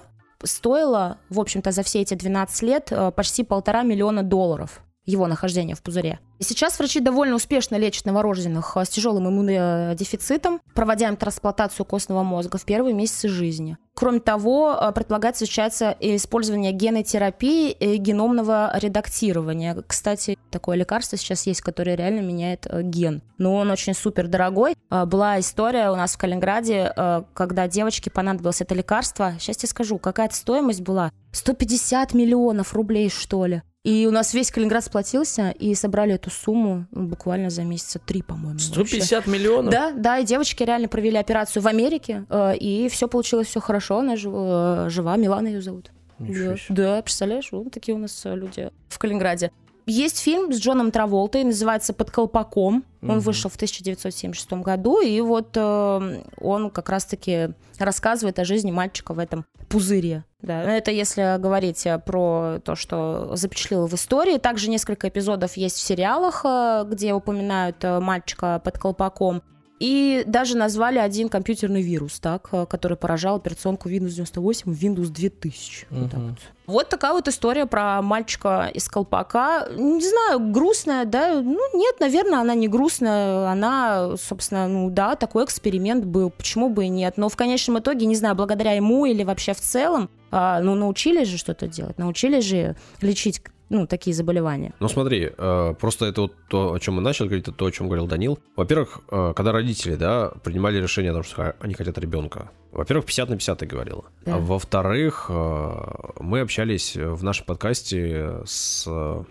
стоило, в общем-то, за все эти двенадцать лет почти полтора миллиона долларов. Его нахождение в пузыре. И сейчас врачи довольно успешно лечат новорожденных с тяжелым иммунодефицитом, проводя им трансплантацию костного мозга в первые месяцы жизни. Кроме того, предполагается изучаться использование генотерапии и геномного редактирования. Кстати, такое лекарство сейчас есть, которое реально меняет ген. Но он очень супер дорогой. Была история у нас в Калининграде, когда девочке понадобилось это лекарство. Сейчас тебе скажу, какая-то стоимость была. сто пятьдесят миллионов рублей, что ли. И у нас весь Калининград сплотился и собрали эту сумму буквально за месяца три, по-моему. сто пятьдесят миллионов? Да, да, и девочки реально провели операцию в Америке, и все получилось, все хорошо, она жива, жива, Милана ее зовут. Ничего себе. Да, представляешь, вот такие у нас люди в Калининграде. Есть фильм с Джоном Траволтой, называется «Под колпаком». Он угу. вышел в тысяча девятьсот семьдесят шестом году, и вот э, он как раз-таки рассказывает о жизни мальчика в этом пузыре. Да. Это если говорить про то, что запечатлело в истории. Также несколько эпизодов есть в сериалах, где упоминают мальчика под колпаком. И даже назвали один компьютерный вирус, так, который поражал операционку Windows девяносто восемь и Windows две тысячи. Uh-huh. Вот, так вот. Вот такая вот история про мальчика из колпака. Не знаю, грустная, да? Ну, нет, наверное, она не грустная. Она, собственно, ну да, такой эксперимент был. Почему бы и нет? Но в конечном итоге, не знаю, благодаря ему или вообще в целом, а, ну, научились же что-то делать, научились же лечить, ну, такие заболевания. Ну, смотри, э, просто это вот то, о чем мы начали говорить, это то, о чем говорил Данил. Во-первых, э, когда родители, да, принимали решение о том, что они хотят ребенка, во-первых, пятьдесят на пятьдесят ты говорила. Да. А во-вторых, э, мы общались в нашем подкасте с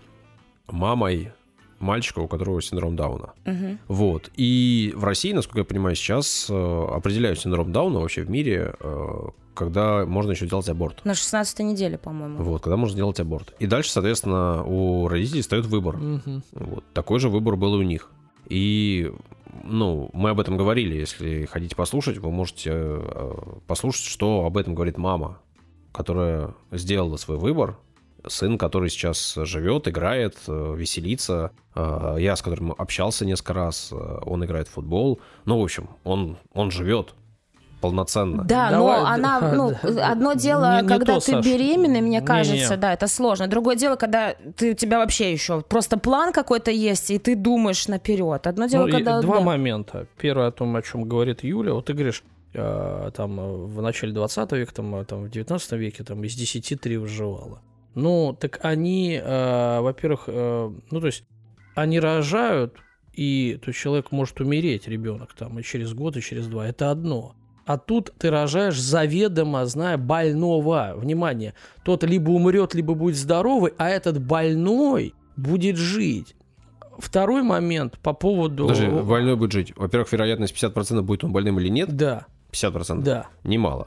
мамой мальчика, у которого синдром Дауна. Угу. Вот. И в России, насколько я понимаю, сейчас э, определяют синдром Дауна вообще в мире, э, когда можно еще делать аборт. На шестнадцатой неделе, по-моему. Вот, когда можно делать аборт. И дальше, соответственно, у родителей встает выбор. Угу. Вот. Такой же выбор был и у них. И, ну, мы об этом говорили. Если хотите послушать, вы можете э, послушать, что об этом говорит мама, которая сделала свой выбор. Сын, который сейчас живет, играет, веселится. Я, с которым общался несколько раз, он играет в футбол. Ну, в общем, он, он живет полноценно. Да, Давай, но она, да, ну, да. одно дело, не, когда не то, ты Саша. беременный, мне кажется, не, не. да, это сложно. Другое дело, когда ты, у тебя вообще еще просто план какой-то есть, и ты думаешь наперед. Одно дело, ну, когда... Два да. момента. Первое о том, о чем говорит Юля. Вот ты говоришь, там, в начале двадцатого века, там, там, в девятнадцатом веке там, из десяти три выживало. Ну, так они, э, во-первых, э, ну, то есть, они рожают, и то есть, человек может умереть, ребенок, там, и через год, и через два. Это одно. А тут ты рожаешь заведомо, зная, больного. Внимание, тот либо умрет, либо будет здоровый, а этот больной будет жить. Второй момент по поводу... Подожди, больной будет жить. Во-первых, вероятность пятьдесят процентов будет он больным или нет? Да. пятьдесят процентов? Да. Немало.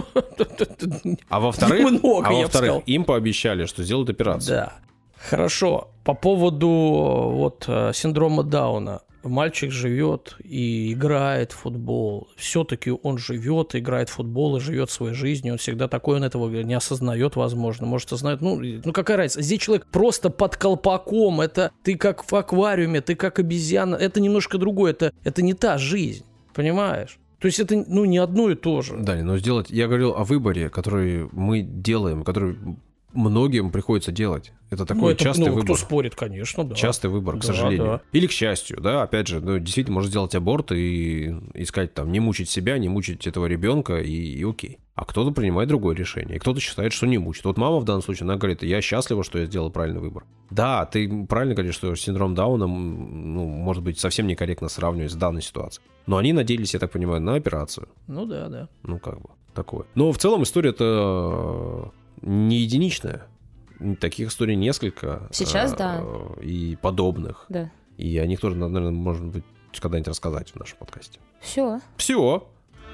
А во-вторых, Много, а во-вторых им пообещали, что сделают операцию. Да. Хорошо. По поводу вот, синдрома Дауна. Мальчик живет и играет в футбол. Все-таки он живет, играет в футбол и живет своей жизнью. Он всегда такой, он этого не осознает, возможно. Может, осознает. Ну, ну какая разница? Здесь человек просто под колпаком. Это ты как в аквариуме, ты как обезьяна. Это немножко другое. Это, это не та жизнь. Понимаешь? То есть это, ну, не одно и то же. Да, но сделать... Я говорил о выборе, который мы делаем, который многим приходится делать. Это такой ну, это, частый ну, выбор. Кто спорит, конечно, да. Частый выбор, к да, сожалению. Да. Или к счастью, да, опять же, ну, действительно можно сделать аборт и искать там, не мучить себя, не мучить этого ребенка, и, и окей. А кто-то принимает другое решение, и кто-то считает, что не мучит. Вот мама в данном случае, она говорит, я счастлива, что я сделала правильный выбор. Да, ты правильно говоришь, что синдром Дауна, ну, может быть, совсем некорректно сравнивать с данной ситуацией. Но они надеялись, я так понимаю, на операцию. Ну да, да. Ну как бы, такое. Но в целом история-то не единичная. Таких историй несколько. Сейчас, а, да. И подобных. Да. И о них тоже, наверное, можно быть когда-нибудь рассказать в нашем подкасте. Все. Все.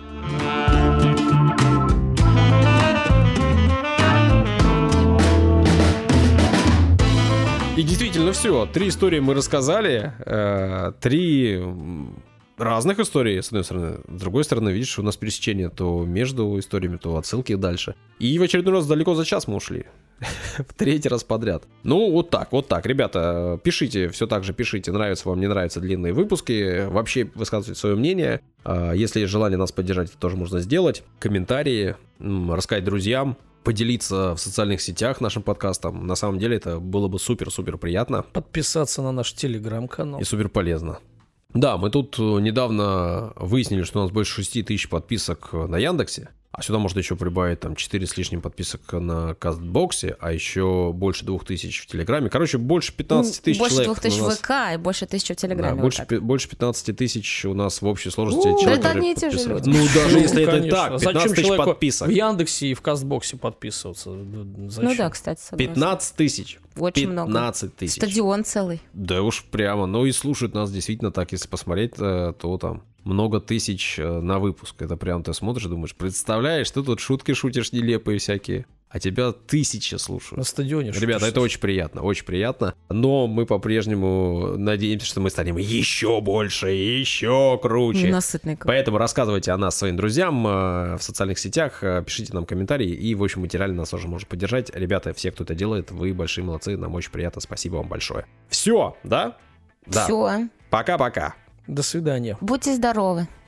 И действительно все. Три истории мы рассказали. Э, три разных историй, с одной стороны. С другой стороны, видишь, у нас пересечение то между историями, то отсылки дальше. И в очередной раз далеко за час мы ушли. В третий раз подряд. Ну, вот так, вот так. Ребята, пишите, все так же пишите, нравятся вам, не нравятся длинные выпуски. Вообще высказывайте свое мнение. Если есть желание нас поддержать, это тоже можно сделать. Комментарии, рассказать друзьям. поделиться в социальных сетях нашим подкастом. На самом деле это было бы супер-супер приятно. Подписаться на наш телеграм-канал. И супер полезно. Да, мы тут недавно выяснили, что у нас больше шести тысяч подписок на Яндексе. А сюда можно еще прибавить там четыре с лишним подписок на Кастбоксе, а еще больше двух тысяч в Телеграме. Короче, больше пятнадцати тысяч больше человек. Больше двух тысяч нас... в ВК и больше тысячи в Телеграме. Да, больше, вот больше пятнадцати тысяч у нас в общей сложности У, человек. да это одни и те же люди. Ну, даже Ну, если это конечно. так, Зачем пятнадцать тысяч человеку подписок. в Яндексе и в Кастбоксе подписываться? Зачем? Ну да, кстати, согласна. пятнадцать тысяч. Очень много. пятнадцать тысяч. Стадион целый. Да уж прямо. Ну и слушают нас действительно так, если посмотреть, то там много тысяч на выпуск. Это прям ты смотришь и думаешь, представляешь, ты тут шутки шутишь нелепые всякие, а тебя тысячи слушают. На стадионе. Ребята, это очень приятно, очень приятно. Но мы по-прежнему надеемся, что мы станем еще больше, еще круче. Ненасытный какой. Поэтому рассказывайте о нас своим друзьям в социальных сетях, пишите нам комментарии и, в общем, материально нас тоже можно поддержать. Ребята, все, кто это делает, вы большие молодцы, нам очень приятно, спасибо вам большое. Все, да? Да. Все. Пока-пока. До свидания. Будьте здоровы.